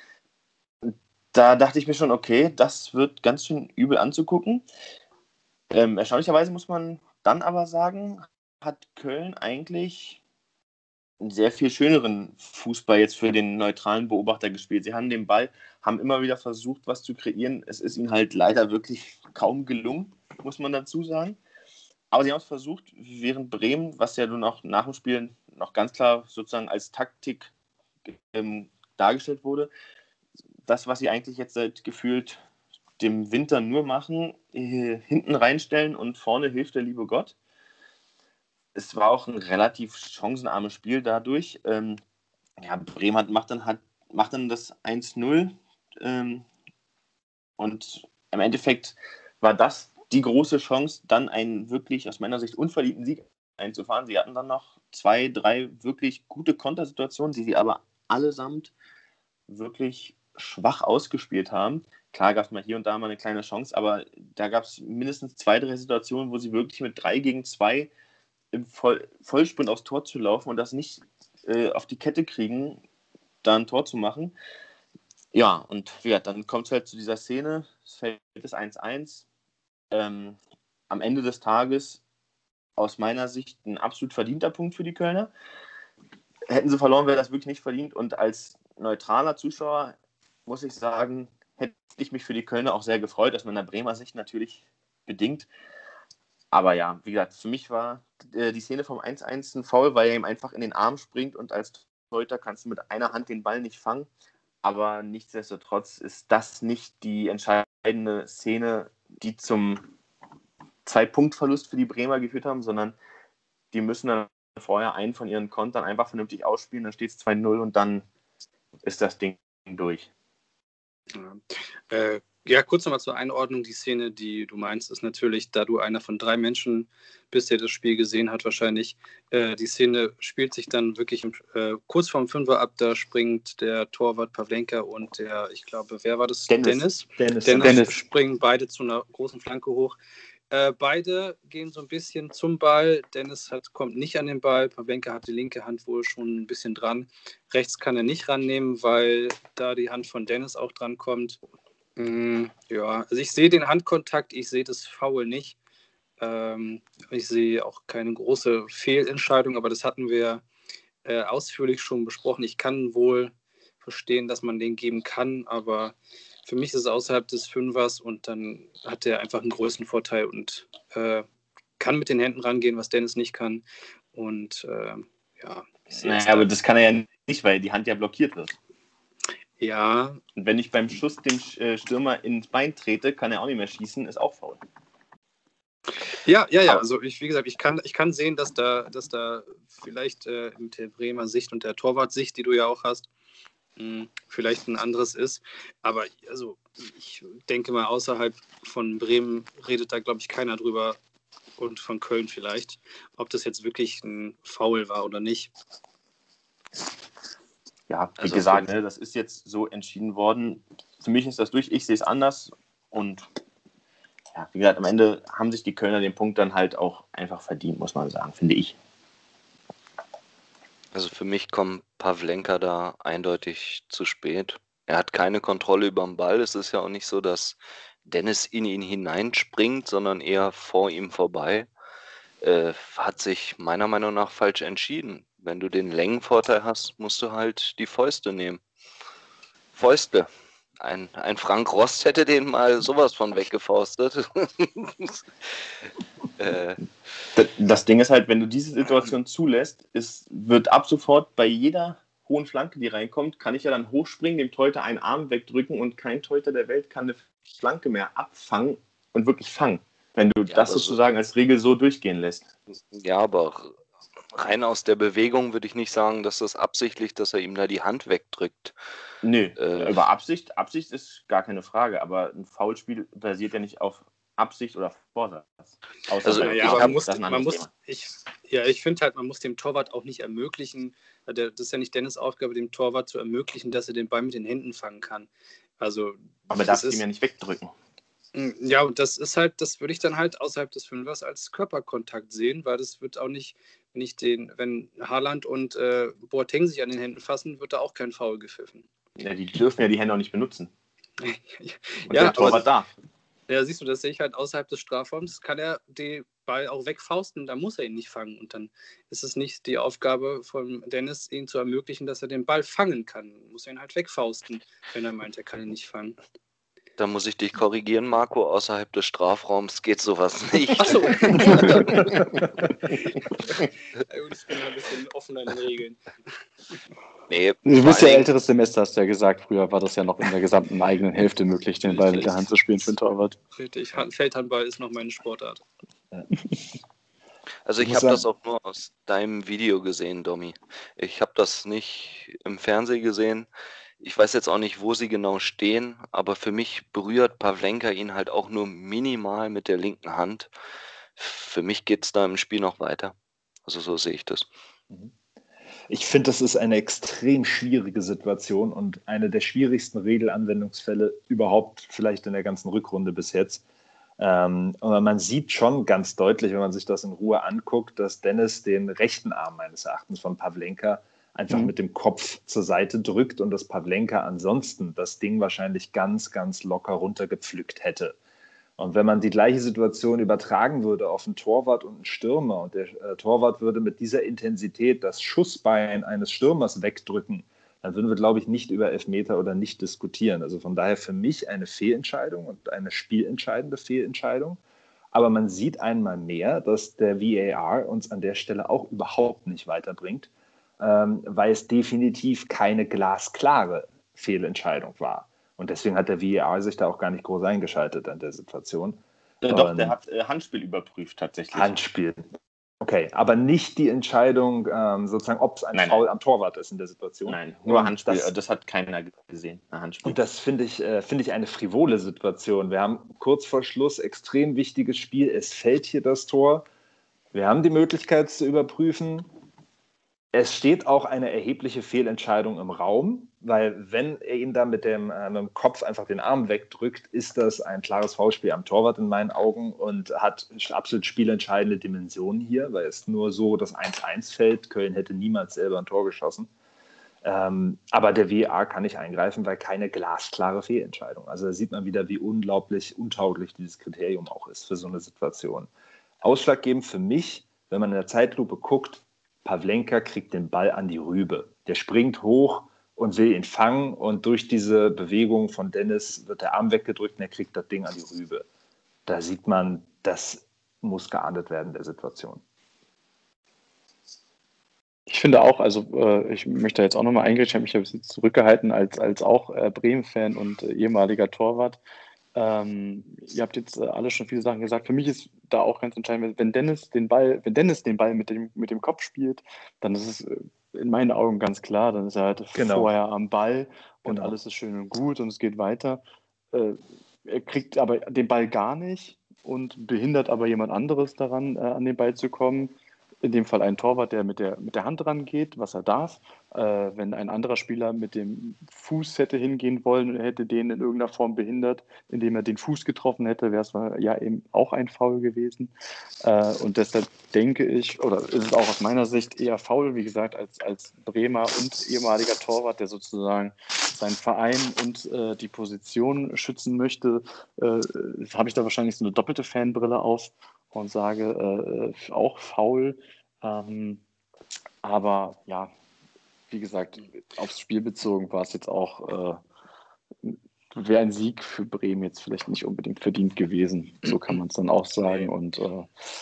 Da dachte ich mir schon, okay, das wird ganz schön übel anzugucken. Ähm, erstaunlicherweise muss man dann aber sagen, hat Köln eigentlich einen sehr viel schöneren Fußball jetzt für den neutralen Beobachter gespielt. Sie haben den Ball, haben immer wieder versucht, was zu kreieren. Es ist ihnen halt leider wirklich kaum gelungen, muss man dazu sagen. Aber sie haben es versucht, während Bremen, was ja nun auch nach dem Spiel noch ganz klar sozusagen als Taktik ähm, dargestellt wurde, das, was sie eigentlich jetzt seit gefühlt dem Winter nur machen, äh, hinten reinstellen und vorne hilft der liebe Gott. Es war auch ein relativ chancenarmes Spiel dadurch. Ähm, ja, Bremen hat, macht, dann, hat, macht dann das eins null ähm, und im Endeffekt war das die große Chance, dann einen wirklich aus meiner Sicht unverdienten Sieg einzufahren. Sie hatten dann noch zwei, drei wirklich gute Kontersituationen, die sie aber allesamt wirklich schwach ausgespielt haben. Klar gab es mal hier und da mal eine kleine Chance, aber da gab es mindestens zwei, drei Situationen, wo sie wirklich mit drei gegen zwei im Voll- Vollsprint aufs Tor zu laufen und das nicht äh, auf die Kette kriegen, da ein Tor zu machen. Ja, und ja, dann kommt es halt zu dieser Szene, es fällt das eins eins. Ähm, am Ende des Tages aus meiner Sicht ein absolut verdienter Punkt für die Kölner. Hätten sie verloren, wäre das wirklich nicht verdient. Und als neutraler Zuschauer muss ich sagen, hätte ich mich für die Kölner auch sehr gefreut, aus meiner Bremer Sicht natürlich bedingt. Aber ja, wie gesagt, für mich war äh, die Szene vom eins eins ein Foul, weil er ihm einfach in den Arm springt und als Torhüter kannst du mit einer Hand den Ball nicht fangen. Aber nichtsdestotrotz ist das nicht die entscheidende Szene, die zum Zwei-Punkt-Verlust für die Bremer geführt haben, sondern die müssen dann vorher einen von ihren Kontern einfach vernünftig ausspielen, dann steht es zwei null und dann ist das Ding durch. Ja, äh, ja kurz nochmal zur Einordnung. Die Szene, die du meinst, ist natürlich, da du einer von drei Menschen bist, der das Spiel gesehen hat, wahrscheinlich. Äh, die Szene spielt sich dann wirklich im, äh, kurz vorm Fünfer ab. Da springt der Torwart Pavlenka und der, ich glaube, wer war das? Dennis. Dennis. Dennis. Dennis, Dennis. springen beide zu einer großen Flanke hoch. Äh, beide gehen so ein bisschen zum Ball. Dennis hat, kommt nicht an den Ball. Pavlenka hat die linke Hand wohl schon ein bisschen dran. Rechts kann er nicht rannehmen, weil da die Hand von Dennis auch dran kommt. Mm, ja, also ich sehe den Handkontakt, ich sehe das Foul nicht. Ähm, ich sehe auch keine große Fehlentscheidung, aber das hatten wir äh, ausführlich schon besprochen. Ich kann wohl verstehen, dass man den geben kann, aber für mich ist es außerhalb des Fünfers und dann hat er einfach einen Größenvorteil und äh, kann mit den Händen rangehen, was Dennis nicht kann. Und äh, ja, ich sehe Naja, es aber da. das kann er ja nicht, weil die Hand ja blockiert wird. Ja, Und wenn ich beim Schuss dem äh, Stürmer ins Bein trete, kann er auch nicht mehr schießen, ist auch faul. ja, ja, ja. Aber- Also ich, wie gesagt, ich kann, ich kann sehen, dass da, dass da vielleicht äh, mit der Bremer Sicht und der Torwartsicht, die du ja auch hast, mh, vielleicht ein anderes ist. Aber also ich denke mal, außerhalb von Bremen redet da, glaube ich, keiner drüber und von Köln vielleicht, ob das jetzt wirklich ein Foul war oder nicht. Ja, wie Also gesagt, für- ne, das ist jetzt so entschieden worden. Für mich ist das durch, ich sehe es anders. Und ja, wie gesagt, am Ende haben sich die Kölner den Punkt dann halt auch einfach verdient, muss man sagen, finde ich. Also für mich kommt Pavlenka da eindeutig zu spät. Er hat keine Kontrolle über den Ball. Es ist ja auch nicht so, dass Dennis in ihn hineinspringt, sondern eher vor ihm vorbei. Äh, hat sich meiner Meinung nach falsch entschieden. Wenn du den Längenvorteil hast, musst du halt die Fäuste nehmen. Fäuste. Ein, ein Frank Rost hätte den mal sowas von weggefaustet. äh, Das Ding ist halt, wenn du diese Situation zulässt, es wird ab sofort bei jeder hohen Flanke, die reinkommt, kann ich ja dann hochspringen, dem Torhüter einen Arm wegdrücken und kein Torhüter der Welt kann eine Flanke mehr abfangen und wirklich fangen, wenn du Ja, das aber sozusagen als Regel so durchgehen lässt. Ja, aber rein aus der Bewegung würde ich nicht sagen, dass das absichtlich, dass er ihm da die Hand wegdrückt. Nö, Äh, über Absicht, Absicht ist gar keine Frage, aber ein Foulspiel basiert ja nicht auf Absicht oder Vorsatz. Außer Also, bei Ja, ich aber Torwart, man muss, das ist ein man anderes muss, Thema. ich, ja, ich finde halt, man muss dem Torwart auch nicht ermöglichen, äh, der, das ist ja nicht Dennis' Aufgabe, dem Torwart zu ermöglichen, dass er den Ball mit den Händen fangen kann. Also, Aber das darfst du ist, ihm ja nicht wegdrücken. ja, und das ist halt, das würde ich dann halt außerhalb des Fünfers als Körperkontakt sehen, weil das wird auch nicht, wenn ich den, wenn Haaland und äh, Boateng sich an den Händen fassen, wird da auch kein Foul gepfiffen. Ja, die dürfen ja die Hände auch nicht benutzen. Und Ja, der Torwart aber- darf. Ja, siehst du, das sehe ich halt außerhalb des Strafraums, kann er den Ball auch wegfausten, da muss er ihn nicht fangen. Und dann ist es nicht die Aufgabe von Dennis, ihn zu ermöglichen, dass er den Ball fangen kann. Muss er ihn halt wegfausten, wenn er meint, er kann ihn nicht fangen. Da muss ich dich korrigieren, Marco. Außerhalb des Strafraums geht sowas nicht. Achso. Ich bin ein bisschen offener in den Regeln. Nee, Du vor bist ja allen Dingen- älteres Semester, hast du ja gesagt. Früher war das ja noch in der gesamten eigenen Hälfte möglich, den Ball mit der Hand zu spielen für den Torwart. Richtig, Han- Feldhandball ist noch meine Sportart. Also Ich ich muss habe das sagen- auch nur aus deinem Video gesehen, Domi. Ich habe das nicht im Fernsehen gesehen. Ich weiß jetzt auch nicht, wo sie genau stehen, aber für mich berührt Pavlenka ihn halt auch nur minimal mit der linken Hand. Für mich geht es da im Spiel noch weiter. Also so sehe ich das. Ich finde, das ist eine extrem schwierige Situation und eine der schwierigsten Regelanwendungsfälle überhaupt vielleicht in der ganzen Rückrunde bis jetzt. Ähm, aber man sieht schon ganz deutlich, wenn man sich das in Ruhe anguckt, dass Dennis den rechten Arm meines Erachtens von Pavlenka einfach Mhm. mit dem Kopf zur Seite drückt und dass Pavlenka ansonsten das Ding wahrscheinlich ganz, ganz locker runtergepflückt hätte. Und wenn man die gleiche Situation übertragen würde auf einen Torwart und einen Stürmer und der äh, Torwart würde mit dieser Intensität das Schussbein eines Stürmers wegdrücken, dann würden wir, glaube ich, nicht über Elfmeter oder nicht diskutieren. Also von daher für mich eine Fehlentscheidung und eine spielentscheidende Fehlentscheidung. Aber man sieht einmal mehr, dass der V A R uns an der Stelle auch überhaupt nicht weiterbringt, ähm, weil es definitiv keine glasklare Fehlentscheidung war. Und deswegen hat der V A R sich da auch gar nicht groß eingeschaltet an der Situation. Äh, doch, Und der hat äh, Handspiel überprüft tatsächlich. Handspiel. Okay, aber nicht die Entscheidung, ähm, sozusagen, ob es ein Nein, Foul nein. am Torwart ist in der Situation. Nein, nur Und Handspiel. Das, Das, das hat keiner gesehen. Ein Handspiel. und das finde ich, äh, finde ich eine frivole Situation. Wir haben kurz vor Schluss extrem wichtiges Spiel. Es fällt hier das Tor. Wir haben die Möglichkeit zu überprüfen. Es steht auch eine erhebliche Fehlentscheidung im Raum, weil wenn er ihn da mit dem, äh, mit dem Kopf einfach den Arm wegdrückt, ist das ein klares Foulspiel am Torwart in meinen Augen und hat absolut spielentscheidende Dimensionen hier, weil es nur so das eins eins fällt. Köln hätte niemals selber ein Tor geschossen. Ähm, aber der V A R kann nicht eingreifen, weil keine glasklare Fehlentscheidung. Also da sieht man wieder, wie unglaublich untauglich dieses Kriterium auch ist für so eine Situation. Ausschlaggebend für mich, wenn man in der Zeitlupe guckt, Pavlenka kriegt den Ball an die Rübe. Der springt hoch und will ihn fangen und durch diese Bewegung von Dennis wird der Arm weggedrückt und er kriegt das Ding an die Rübe. Da sieht man, das muss geahndet werden, der Situation. Ich finde auch, also äh, ich möchte jetzt auch nochmal eingreifen, ich habe mich ein bisschen zurückgehalten als, als auch äh, Bremen-Fan und äh, ehemaliger Torwart. Ähm, ihr habt jetzt äh, alle schon viele Sachen gesagt. Für mich ist da auch ganz entscheidend, wenn Dennis den Ball, wenn Dennis den Ball mit dem, mit dem Kopf spielt, dann ist es äh, in meinen Augen ganz klar, dann ist er halt Genau. vorher am Ball und Genau. alles ist schön und gut und es geht weiter. Äh, er kriegt aber den Ball gar nicht und behindert aber jemand anderes daran, äh, an den Ball zu kommen. In dem Fall ein Torwart, der mit der, mit der Hand rangeht, was er darf. Äh, wenn ein anderer Spieler mit dem Fuß hätte hingehen wollen und hätte den in irgendeiner Form behindert, indem er den Fuß getroffen hätte, wäre es ja eben auch ein Foul gewesen. Äh, und deshalb denke ich, oder ist es auch aus meiner Sicht eher faul, wie gesagt, als, als Bremer und ehemaliger Torwart, der sozusagen seinen Verein und äh, die Position schützen möchte, äh, habe ich da wahrscheinlich so eine doppelte Fanbrille auf und sage äh, auch faul. Ähm, aber ja, wie gesagt, aufs Spiel bezogen war es jetzt auch, äh, wäre ein Sieg für Bremen jetzt vielleicht nicht unbedingt verdient gewesen. So kann man es dann auch sagen. Und äh,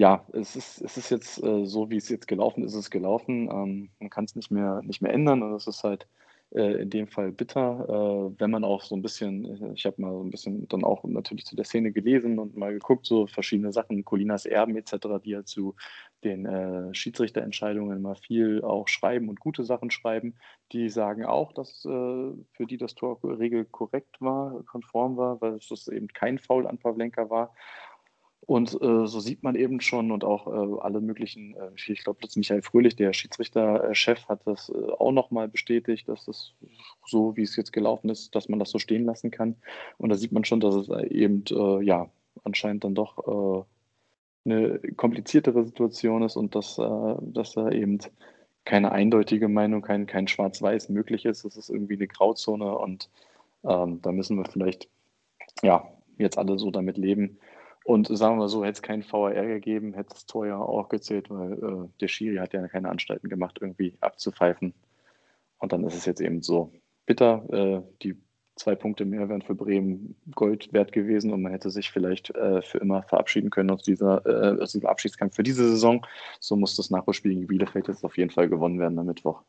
ja, es ist, es ist jetzt äh, so, wie es jetzt gelaufen ist, ist es gelaufen. Ähm, man kann es nicht mehr, nicht mehr ändern und es ist halt äh, in dem Fall bitter, äh, wenn man auch so ein bisschen, äh, ich habe mal so ein bisschen dann auch natürlich zu der Szene gelesen und mal geguckt, so verschiedene Sachen, Colinas Erben et cetera, die ja zu den äh, Schiedsrichterentscheidungen mal viel auch schreiben und gute Sachen schreiben. Die sagen auch, dass äh, für die das Torregel korrekt war, konform war, weil es eben kein Foul an Pavlenka war. Und äh, so sieht man eben schon und auch äh, alle möglichen, äh, ich glaube, das Michael Fröhlich, der Schiedsrichterchef, hat das äh, auch nochmal bestätigt, dass das so, wie es jetzt gelaufen ist, dass man das so stehen lassen kann. Und da sieht man schon, dass es eben, äh, ja, anscheinend dann doch äh, eine kompliziertere Situation ist und dass, äh, dass da eben keine eindeutige Meinung, kein, kein Schwarz-Weiß möglich ist. Es ist irgendwie eine Grauzone und ähm, da müssen wir vielleicht, ja, jetzt alle so damit leben. Und sagen wir mal so, hätte es keinen V A R gegeben, hätte das Tor ja auch gezählt, weil äh, der Schiri hat ja keine Anstalten gemacht, irgendwie abzupfeifen. Und dann ist es jetzt eben so bitter. Äh, die zwei Punkte mehr wären für Bremen Gold wert gewesen und man hätte sich vielleicht äh, für immer verabschieden können aus, dieser, äh, aus diesem Abschiedskampf für diese Saison. So muss das Nachholspiel gegen Bielefeld jetzt auf jeden Fall gewonnen werden am Mittwoch.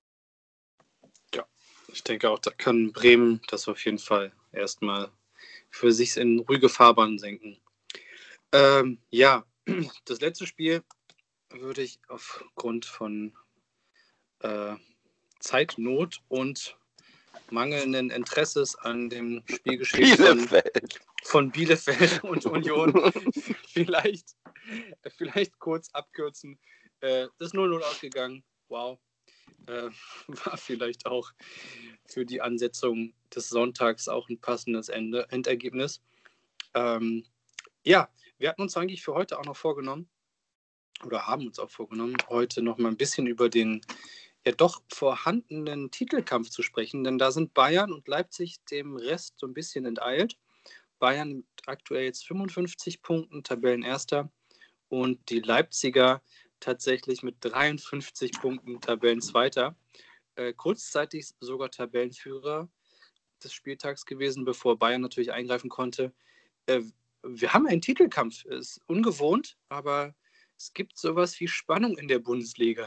Ja, ich denke auch, da kann Bremen das auf jeden Fall erstmal für sich in ruhige Fahrbahn senken. Ähm, ja, das letzte Spiel würde ich aufgrund von äh, Zeitnot und mangelnden Interesses an dem Spielgeschehen Bielefeld. Von, von Bielefeld und Union vielleicht, vielleicht kurz abkürzen. Äh, das ist null null ausgegangen. Wow. Äh, war vielleicht auch für die Ansetzung des Sonntags auch ein passendes Ende, Endergebnis. Ähm, ja, wir hatten uns eigentlich für heute auch noch vorgenommen, oder haben uns auch vorgenommen, heute noch mal ein bisschen über den ja doch vorhandenen Titelkampf zu sprechen, denn da sind Bayern und Leipzig dem Rest so ein bisschen enteilt. Bayern mit aktuell jetzt fünfundfünfzig Punkten, Tabellenerster, und die Leipziger tatsächlich mit dreiundfünfzig Punkten, Tabellenzweiter. Äh, kurzzeitig sogar Tabellenführer des Spieltags gewesen, bevor Bayern natürlich eingreifen konnte. Äh, wir haben einen Titelkampf, ist ungewohnt, aber es gibt sowas wie Spannung in der Bundesliga.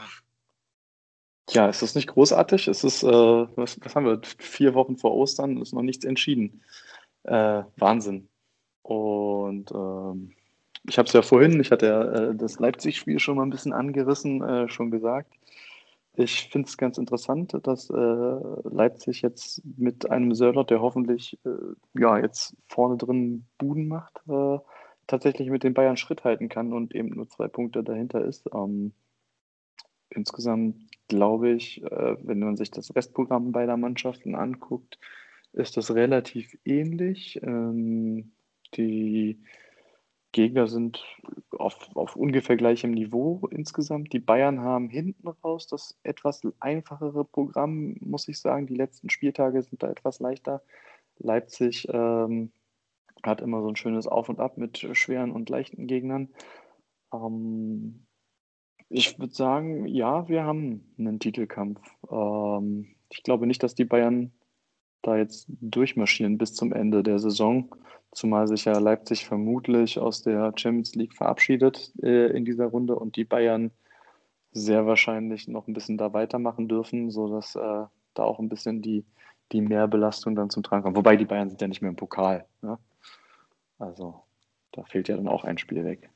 Ja, ist das nicht großartig? Es ist, äh, was, was haben wir, vier Wochen vor Ostern, ist noch nichts entschieden. Äh, Wahnsinn. Und ähm, ich habe es ja vorhin, ich hatte ja äh, das Leipzig-Spiel schon mal ein bisschen angerissen, äh, schon gesagt. Ich finde es ganz interessant, dass äh, Leipzig jetzt mit einem Sörloth, der hoffentlich äh, ja, jetzt vorne drin Buden macht, äh, tatsächlich mit den Bayern Schritt halten kann und eben nur zwei Punkte dahinter ist. Ähm, insgesamt glaube ich, äh, wenn man sich das Restprogramm beider Mannschaften anguckt, ist das relativ ähnlich. Ähm, die Gegner sind auf, auf ungefähr gleichem Niveau insgesamt. Die Bayern haben hinten raus das etwas einfachere Programm, muss ich sagen. Die letzten Spieltage sind da etwas leichter. Leipzig ähm, hat immer so ein schönes Auf und Ab mit schweren und leichten Gegnern. Ähm, ich würde sagen, ja, wir haben einen Titelkampf. Ähm, ich glaube nicht, dass die Bayern da jetzt durchmarschieren bis zum Ende der Saison, zumal sich ja Leipzig vermutlich aus der Champions League verabschiedet äh, in dieser Runde und die Bayern sehr wahrscheinlich noch ein bisschen da weitermachen dürfen, sodass äh, da auch ein bisschen die, die Mehrbelastung dann zum Tragen kommt. Wobei die Bayern sind ja nicht mehr im Pokal. Ne? Also da fehlt ja dann auch ein Spiel weg.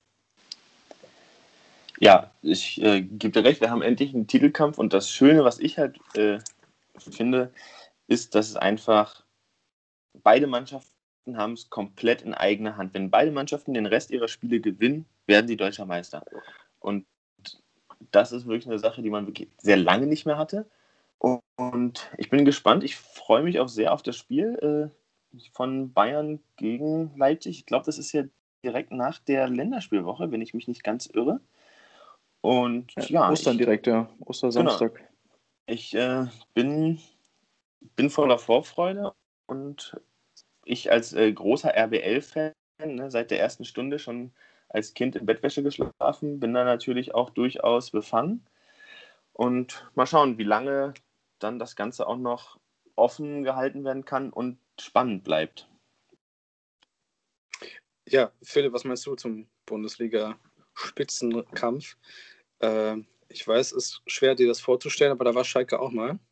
Ja, ich äh, gebe dir recht, wir haben endlich einen Titelkampf und das Schöne, was ich halt äh, finde, ist, dass es einfach beide Mannschaften haben es komplett in eigener Hand. Wenn beide Mannschaften den Rest ihrer Spiele gewinnen, werden sie deutscher Meister. Und das ist wirklich eine Sache, die man wirklich sehr lange nicht mehr hatte. Und ich bin gespannt. Ich freue mich auch sehr auf das Spiel äh, von Bayern gegen Leipzig. Ich glaube, das ist ja direkt nach der Länderspielwoche, wenn ich mich nicht ganz irre. Und ja, ja Ostern ich, direkt, ja. Ostersamstag. Genau. Ich äh, bin, bin voller Vorfreude und ich als äh, großer R B L-Fan, ne, seit der ersten Stunde schon als Kind in Bettwäsche geschlafen, bin da natürlich auch durchaus befangen. Und mal schauen, wie lange dann das Ganze auch noch offen gehalten werden kann und spannend bleibt. Ja, Philipp, was meinst du zum Bundesliga Spitzenkampf. Äh, ich weiß, es ist schwer, dir das vorzustellen, aber da war Schalke auch mal.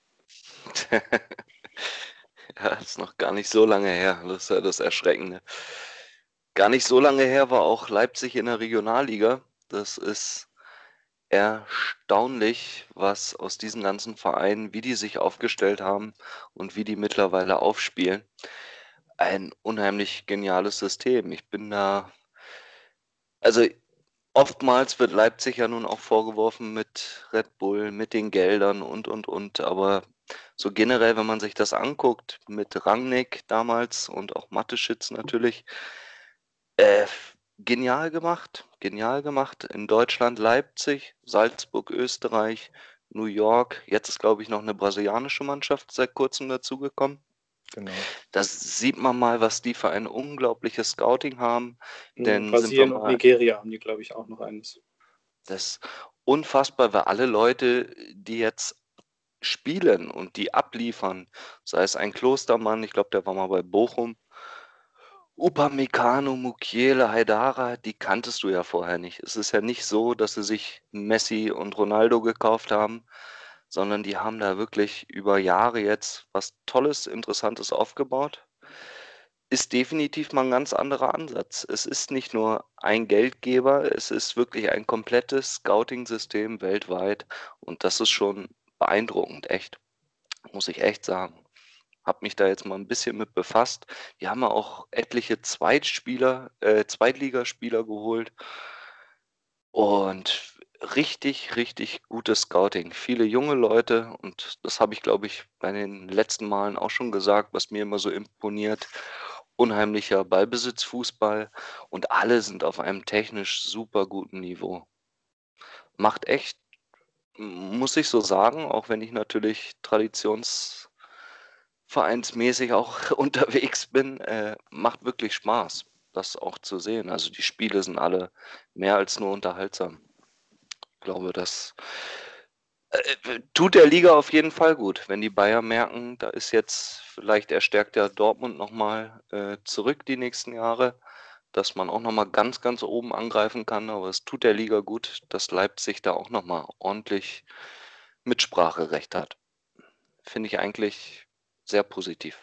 Ja, das ist noch gar nicht so lange her. Das ist ja das Erschreckende. Gar nicht so lange her war auch Leipzig in der Regionalliga. Das ist erstaunlich, was aus diesen ganzen Vereinen, wie die sich aufgestellt haben und wie die mittlerweile aufspielen. Ein unheimlich geniales System. Ich bin da, also oftmals wird Leipzig ja nun auch vorgeworfen mit Red Bull, mit den Geldern und, und, und. Aber so generell, wenn man sich das anguckt, mit Rangnick damals und auch Mateschitz natürlich, äh, genial gemacht, genial gemacht. In Deutschland Leipzig, Salzburg, Österreich, New York. Jetzt ist, glaube ich, noch eine brasilianische Mannschaft seit kurzem dazugekommen. Genau. Da sieht man mal, was die für ein unglaubliches Scouting haben. In Denn sind wir Brasilien und mal, Nigeria haben die, glaube ich, auch noch eines. das ist unfassbar, weil alle Leute, die jetzt spielen und die abliefern, sei es ein Klostermann, ich glaube, der war mal bei Bochum, Upamecano, Mukiele, Haidara, die kanntest du ja vorher nicht. Es ist ja nicht so, dass sie sich Messi und Ronaldo gekauft haben, sondern die haben da wirklich über Jahre jetzt was Tolles, Interessantes aufgebaut. Ist definitiv mal ein ganz anderer Ansatz. Es ist nicht nur ein Geldgeber, es ist wirklich ein komplettes Scouting-System weltweit und das ist schon beeindruckend, echt, muss ich echt sagen. Habe mich da jetzt mal ein bisschen mit befasst. Die haben ja auch etliche Zweitspieler, äh, Zweitligaspieler geholt und richtig, richtig gutes Scouting. Viele junge Leute und das habe ich, glaube ich, bei den letzten Malen auch schon gesagt, was mir immer so imponiert. Unheimlicher Ballbesitzfußball und alle sind auf einem technisch super guten Niveau. Macht echt, muss ich so sagen, auch wenn ich natürlich traditionsvereinsmäßig auch unterwegs bin, äh, macht wirklich Spaß, das auch zu sehen. Also die Spiele sind alle mehr als nur unterhaltsam. Ich glaube, das äh, tut der Liga auf jeden Fall gut, wenn die Bayern merken, da ist jetzt vielleicht erstärkt der Dortmund nochmal äh, zurück die nächsten Jahre, dass man auch nochmal ganz, ganz oben angreifen kann. Aber es tut der Liga gut, dass Leipzig da auch nochmal ordentlich Mitspracherecht hat. Finde ich eigentlich sehr positiv.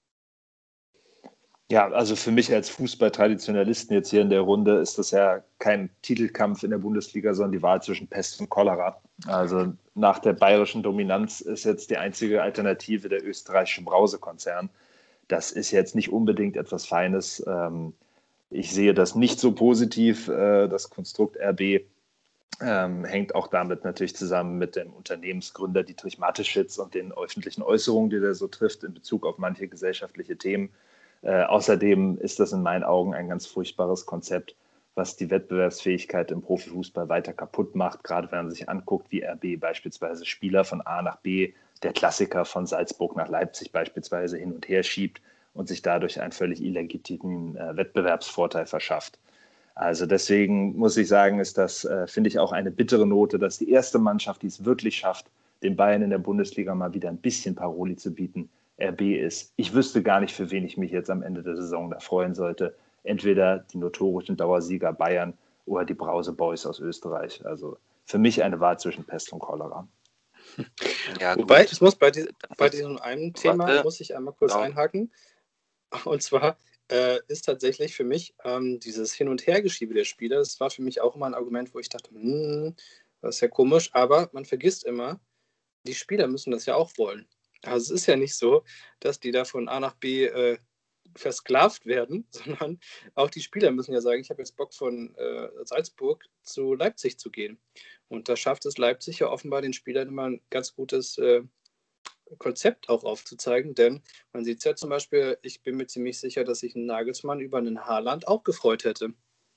Ja, also für mich als Fußballtraditionalisten jetzt hier in der Runde ist das ja kein Titelkampf in der Bundesliga, sondern die Wahl zwischen Pest und Cholera. Also nach der bayerischen Dominanz ist jetzt die einzige Alternative der österreichische Brause-Konzern. Das ist jetzt nicht unbedingt etwas Feines. Ähm, Ich sehe das nicht so positiv. Äh, Das Konstrukt R B ähm, hängt auch damit natürlich zusammen mit dem Unternehmensgründer Dietrich Mateschitz und den öffentlichen Äußerungen, die er so trifft in Bezug auf manche gesellschaftliche Themen. Äh, außerdem ist das in meinen Augen ein ganz furchtbares Konzept, was die Wettbewerbsfähigkeit im Profifußball weiter kaputt macht, gerade wenn man sich anguckt, wie R B beispielsweise Spieler von A nach B, der Klassiker von Salzburg nach Leipzig beispielsweise hin und her schiebt und sich dadurch einen völlig illegitimen äh, Wettbewerbsvorteil verschafft. Also deswegen muss ich sagen, ist das, äh, finde ich, auch eine bittere Note, dass die erste Mannschaft, die es wirklich schafft, den Bayern in der Bundesliga mal wieder ein bisschen Paroli zu bieten, R B ist. Ich wüsste gar nicht, für wen ich mich jetzt am Ende der Saison da freuen sollte. Entweder die notorischen Dauersieger Bayern oder die Brause Boys aus Österreich. Also für mich eine Wahl zwischen Pest und Cholera. Ja, wobei, gut. Ich muss bei, die, bei diesem einen Thema, Warte. muss ich einmal kurz ja. einhaken. Und zwar äh, ist tatsächlich für mich ähm, dieses Hin- und Hergeschiebe der Spieler, das war für mich auch immer ein Argument, wo ich dachte, hm, das ist ja komisch, aber man vergisst immer, die Spieler müssen das ja auch wollen. Also es ist ja nicht so, dass die da von A nach B äh, versklavt werden, sondern auch die Spieler müssen ja sagen, ich habe jetzt Bock von äh, Salzburg zu Leipzig zu gehen. Und da schafft es Leipzig ja offenbar den Spielern immer ein ganz gutes äh, Konzept auch aufzuzeigen, denn man sieht es ja zum Beispiel, ich bin mir ziemlich sicher, dass sich ein Nagelsmann über einen Haaland auch gefreut hätte.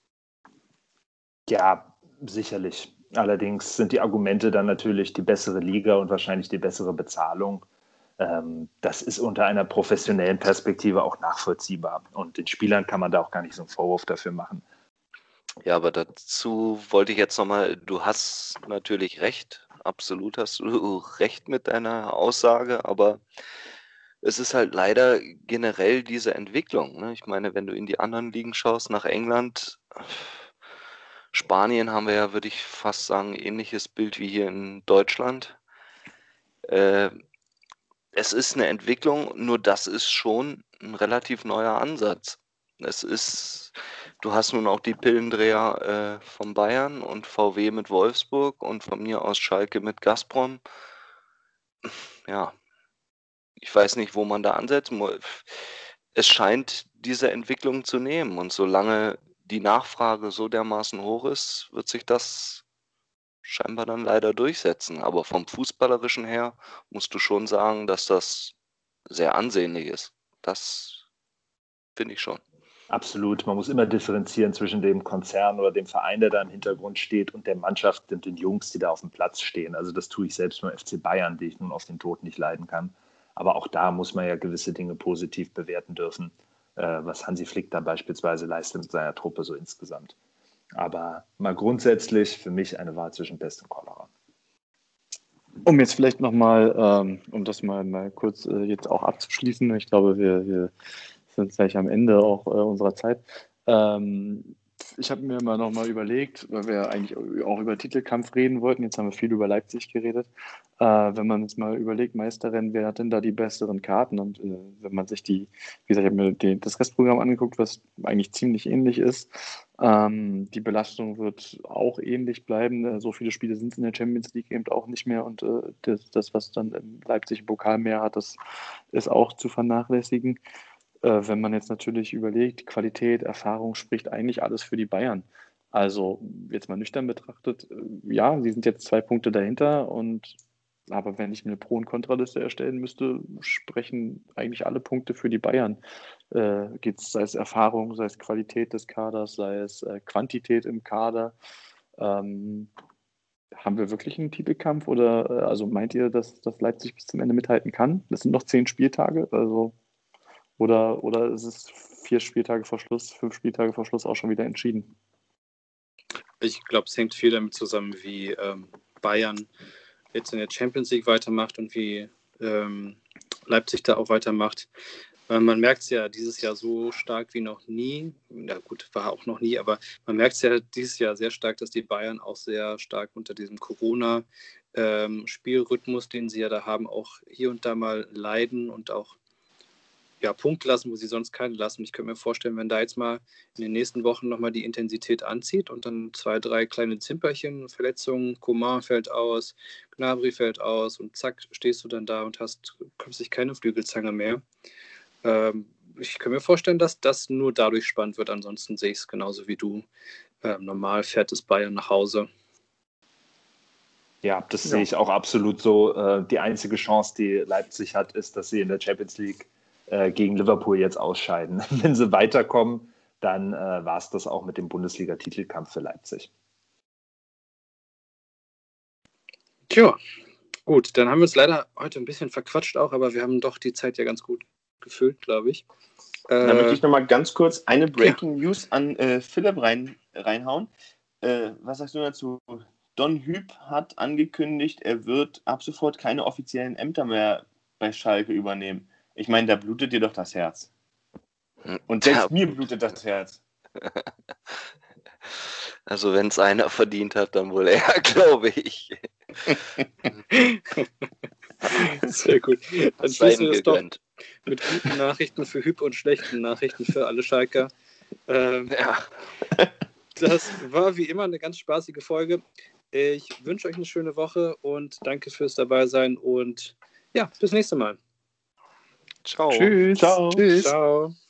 Ja, sicherlich. Allerdings sind die Argumente dann natürlich die bessere Liga und wahrscheinlich die bessere Bezahlung. Ähm, das ist unter einer professionellen Perspektive auch nachvollziehbar. Und den Spielern kann man da auch gar nicht so einen Vorwurf dafür machen. Ja, aber dazu wollte ich jetzt nochmal, du hast natürlich recht, absolut hast du recht mit deiner Aussage, aber es ist halt leider generell diese Entwicklung. Ne? Ich meine, wenn du in die anderen Ligen schaust, nach England, Spanien haben wir ja, würde ich fast sagen, ähnliches Bild wie hier in Deutschland. Äh, es ist eine Entwicklung, nur das ist schon ein relativ neuer Ansatz. Es ist, du hast nun auch die Pillendreher äh, von Bayern und V W mit Wolfsburg und von mir aus Schalke mit Gazprom. Ja, ich weiß nicht, wo man da ansetzen muss. Es scheint diese Entwicklung zu nehmen und solange die Nachfrage so dermaßen hoch ist, wird sich das scheinbar dann leider durchsetzen. Aber vom Fußballerischen her musst du schon sagen, dass das sehr ansehnlich ist. Das finde ich schon. Absolut. Man muss immer differenzieren zwischen dem Konzern oder dem Verein, der da im Hintergrund steht, und der Mannschaft und den Jungs, die da auf dem Platz stehen. Also das tue ich selbst beim F C Bayern, die ich nun auf den Tod nicht leiden kann. Aber auch da muss man ja gewisse Dinge positiv bewerten dürfen, äh, was Hansi Flick da beispielsweise leistet mit seiner Truppe so insgesamt. Aber mal grundsätzlich für mich eine Wahl zwischen Pest und Cholera. Um jetzt vielleicht nochmal, ähm, um das mal, mal kurz äh, jetzt auch abzuschließen, ich glaube, wir, wir sind gleich am Ende auch äh, unserer Zeit. Ähm, ich habe mir mal nochmal überlegt, weil wir eigentlich auch über Titelkampf reden wollten, jetzt haben wir viel über Leipzig geredet, äh, wenn man jetzt mal überlegt, Meisterrennen, wer hat denn da die besseren Karten? Und äh, wenn man sich die, wie gesagt, ich habe mir die, das Restprogramm angeguckt, was eigentlich ziemlich ähnlich ist. Ähm, die Belastung wird auch ähnlich bleiben. Äh, so viele Spiele sind es in der Champions League eben auch nicht mehr und äh, das, das, was dann im Leipzig im Pokal mehr hat, das ist auch zu vernachlässigen. Äh, wenn man jetzt natürlich überlegt, Qualität, Erfahrung spricht eigentlich alles für die Bayern. Also jetzt mal nüchtern betrachtet, äh, ja, sie sind jetzt zwei Punkte dahinter und aber wenn ich mir eine Pro- und Kontraliste erstellen müsste, sprechen eigentlich alle Punkte für die Bayern. Äh, geht's, sei es Erfahrung, sei es Qualität des Kaders, sei es äh, Quantität im Kader. Ähm, haben wir wirklich einen Titelkampf oder äh, also meint ihr, dass, dass Leipzig bis zum Ende mithalten kann? Das sind noch zehn Spieltage, also oder, oder ist es vier Spieltage vor Schluss, fünf Spieltage vor Schluss auch schon wieder entschieden? Ich glaube, es hängt viel damit zusammen, wie ähm, Bayern jetzt in der Champions League weitermacht und wie ähm, Leipzig da auch weitermacht. Äh, man merkt es ja dieses Jahr so stark wie noch nie. Na gut, war auch noch nie, aber man merkt es ja dieses Jahr sehr stark, dass die Bayern auch sehr stark unter diesem Corona-Spielrhythmus, ähm, den sie ja da haben, auch hier und da mal leiden und auch ja, Punkte lassen, wo sie sonst keine lassen. Ich könnte mir vorstellen, wenn da jetzt mal in den nächsten Wochen nochmal die Intensität anzieht und dann zwei, drei kleine Zimperchen, Verletzungen, Coman fällt aus, Gnabry fällt aus und zack, stehst du dann da und hast plötzlich keine Flügelzange mehr. Ähm, ich kann mir vorstellen, dass das nur dadurch spannend wird. Ansonsten sehe ich es genauso wie du. Ähm, normal fährt es Bayern nach Hause. Ja, das Ja. sehe ich auch absolut so. Äh, die einzige Chance, die Leipzig hat, ist, dass sie in der Champions League äh, gegen Liverpool jetzt ausscheiden. Wenn sie weiterkommen, dann äh, war es das auch mit dem Bundesliga-Titelkampf für Leipzig. Tja, gut, dann haben wir uns leider heute ein bisschen verquatscht auch, aber wir haben doch die Zeit ja ganz gut gefüllt, glaube ich. Dann Äh, möchte ich nochmal ganz kurz eine Breaking News an äh, Philipp rein, reinhauen. Äh, was sagst du dazu? Don Hüb hat angekündigt, er wird ab sofort keine offiziellen Ämter mehr bei Schalke übernehmen. Ich meine, da blutet dir doch das Herz. Und selbst Ja. mir blutet das Herz. Also wenn es einer verdient hat, dann wohl er, glaube ich. Sehr gut. Dann Das sei schließen ihm wir es doch gegönnt. mit guten Nachrichten für Hüb und schlechten Nachrichten für alle Schalker. Ähm, Ja. Das war wie immer eine ganz spaßige Folge. Ich wünsche euch eine schöne Woche und danke fürs Dabeisein und ja, bis nächste Mal. Ciao. Tschüss. Ciao. Tschüss. Ciao.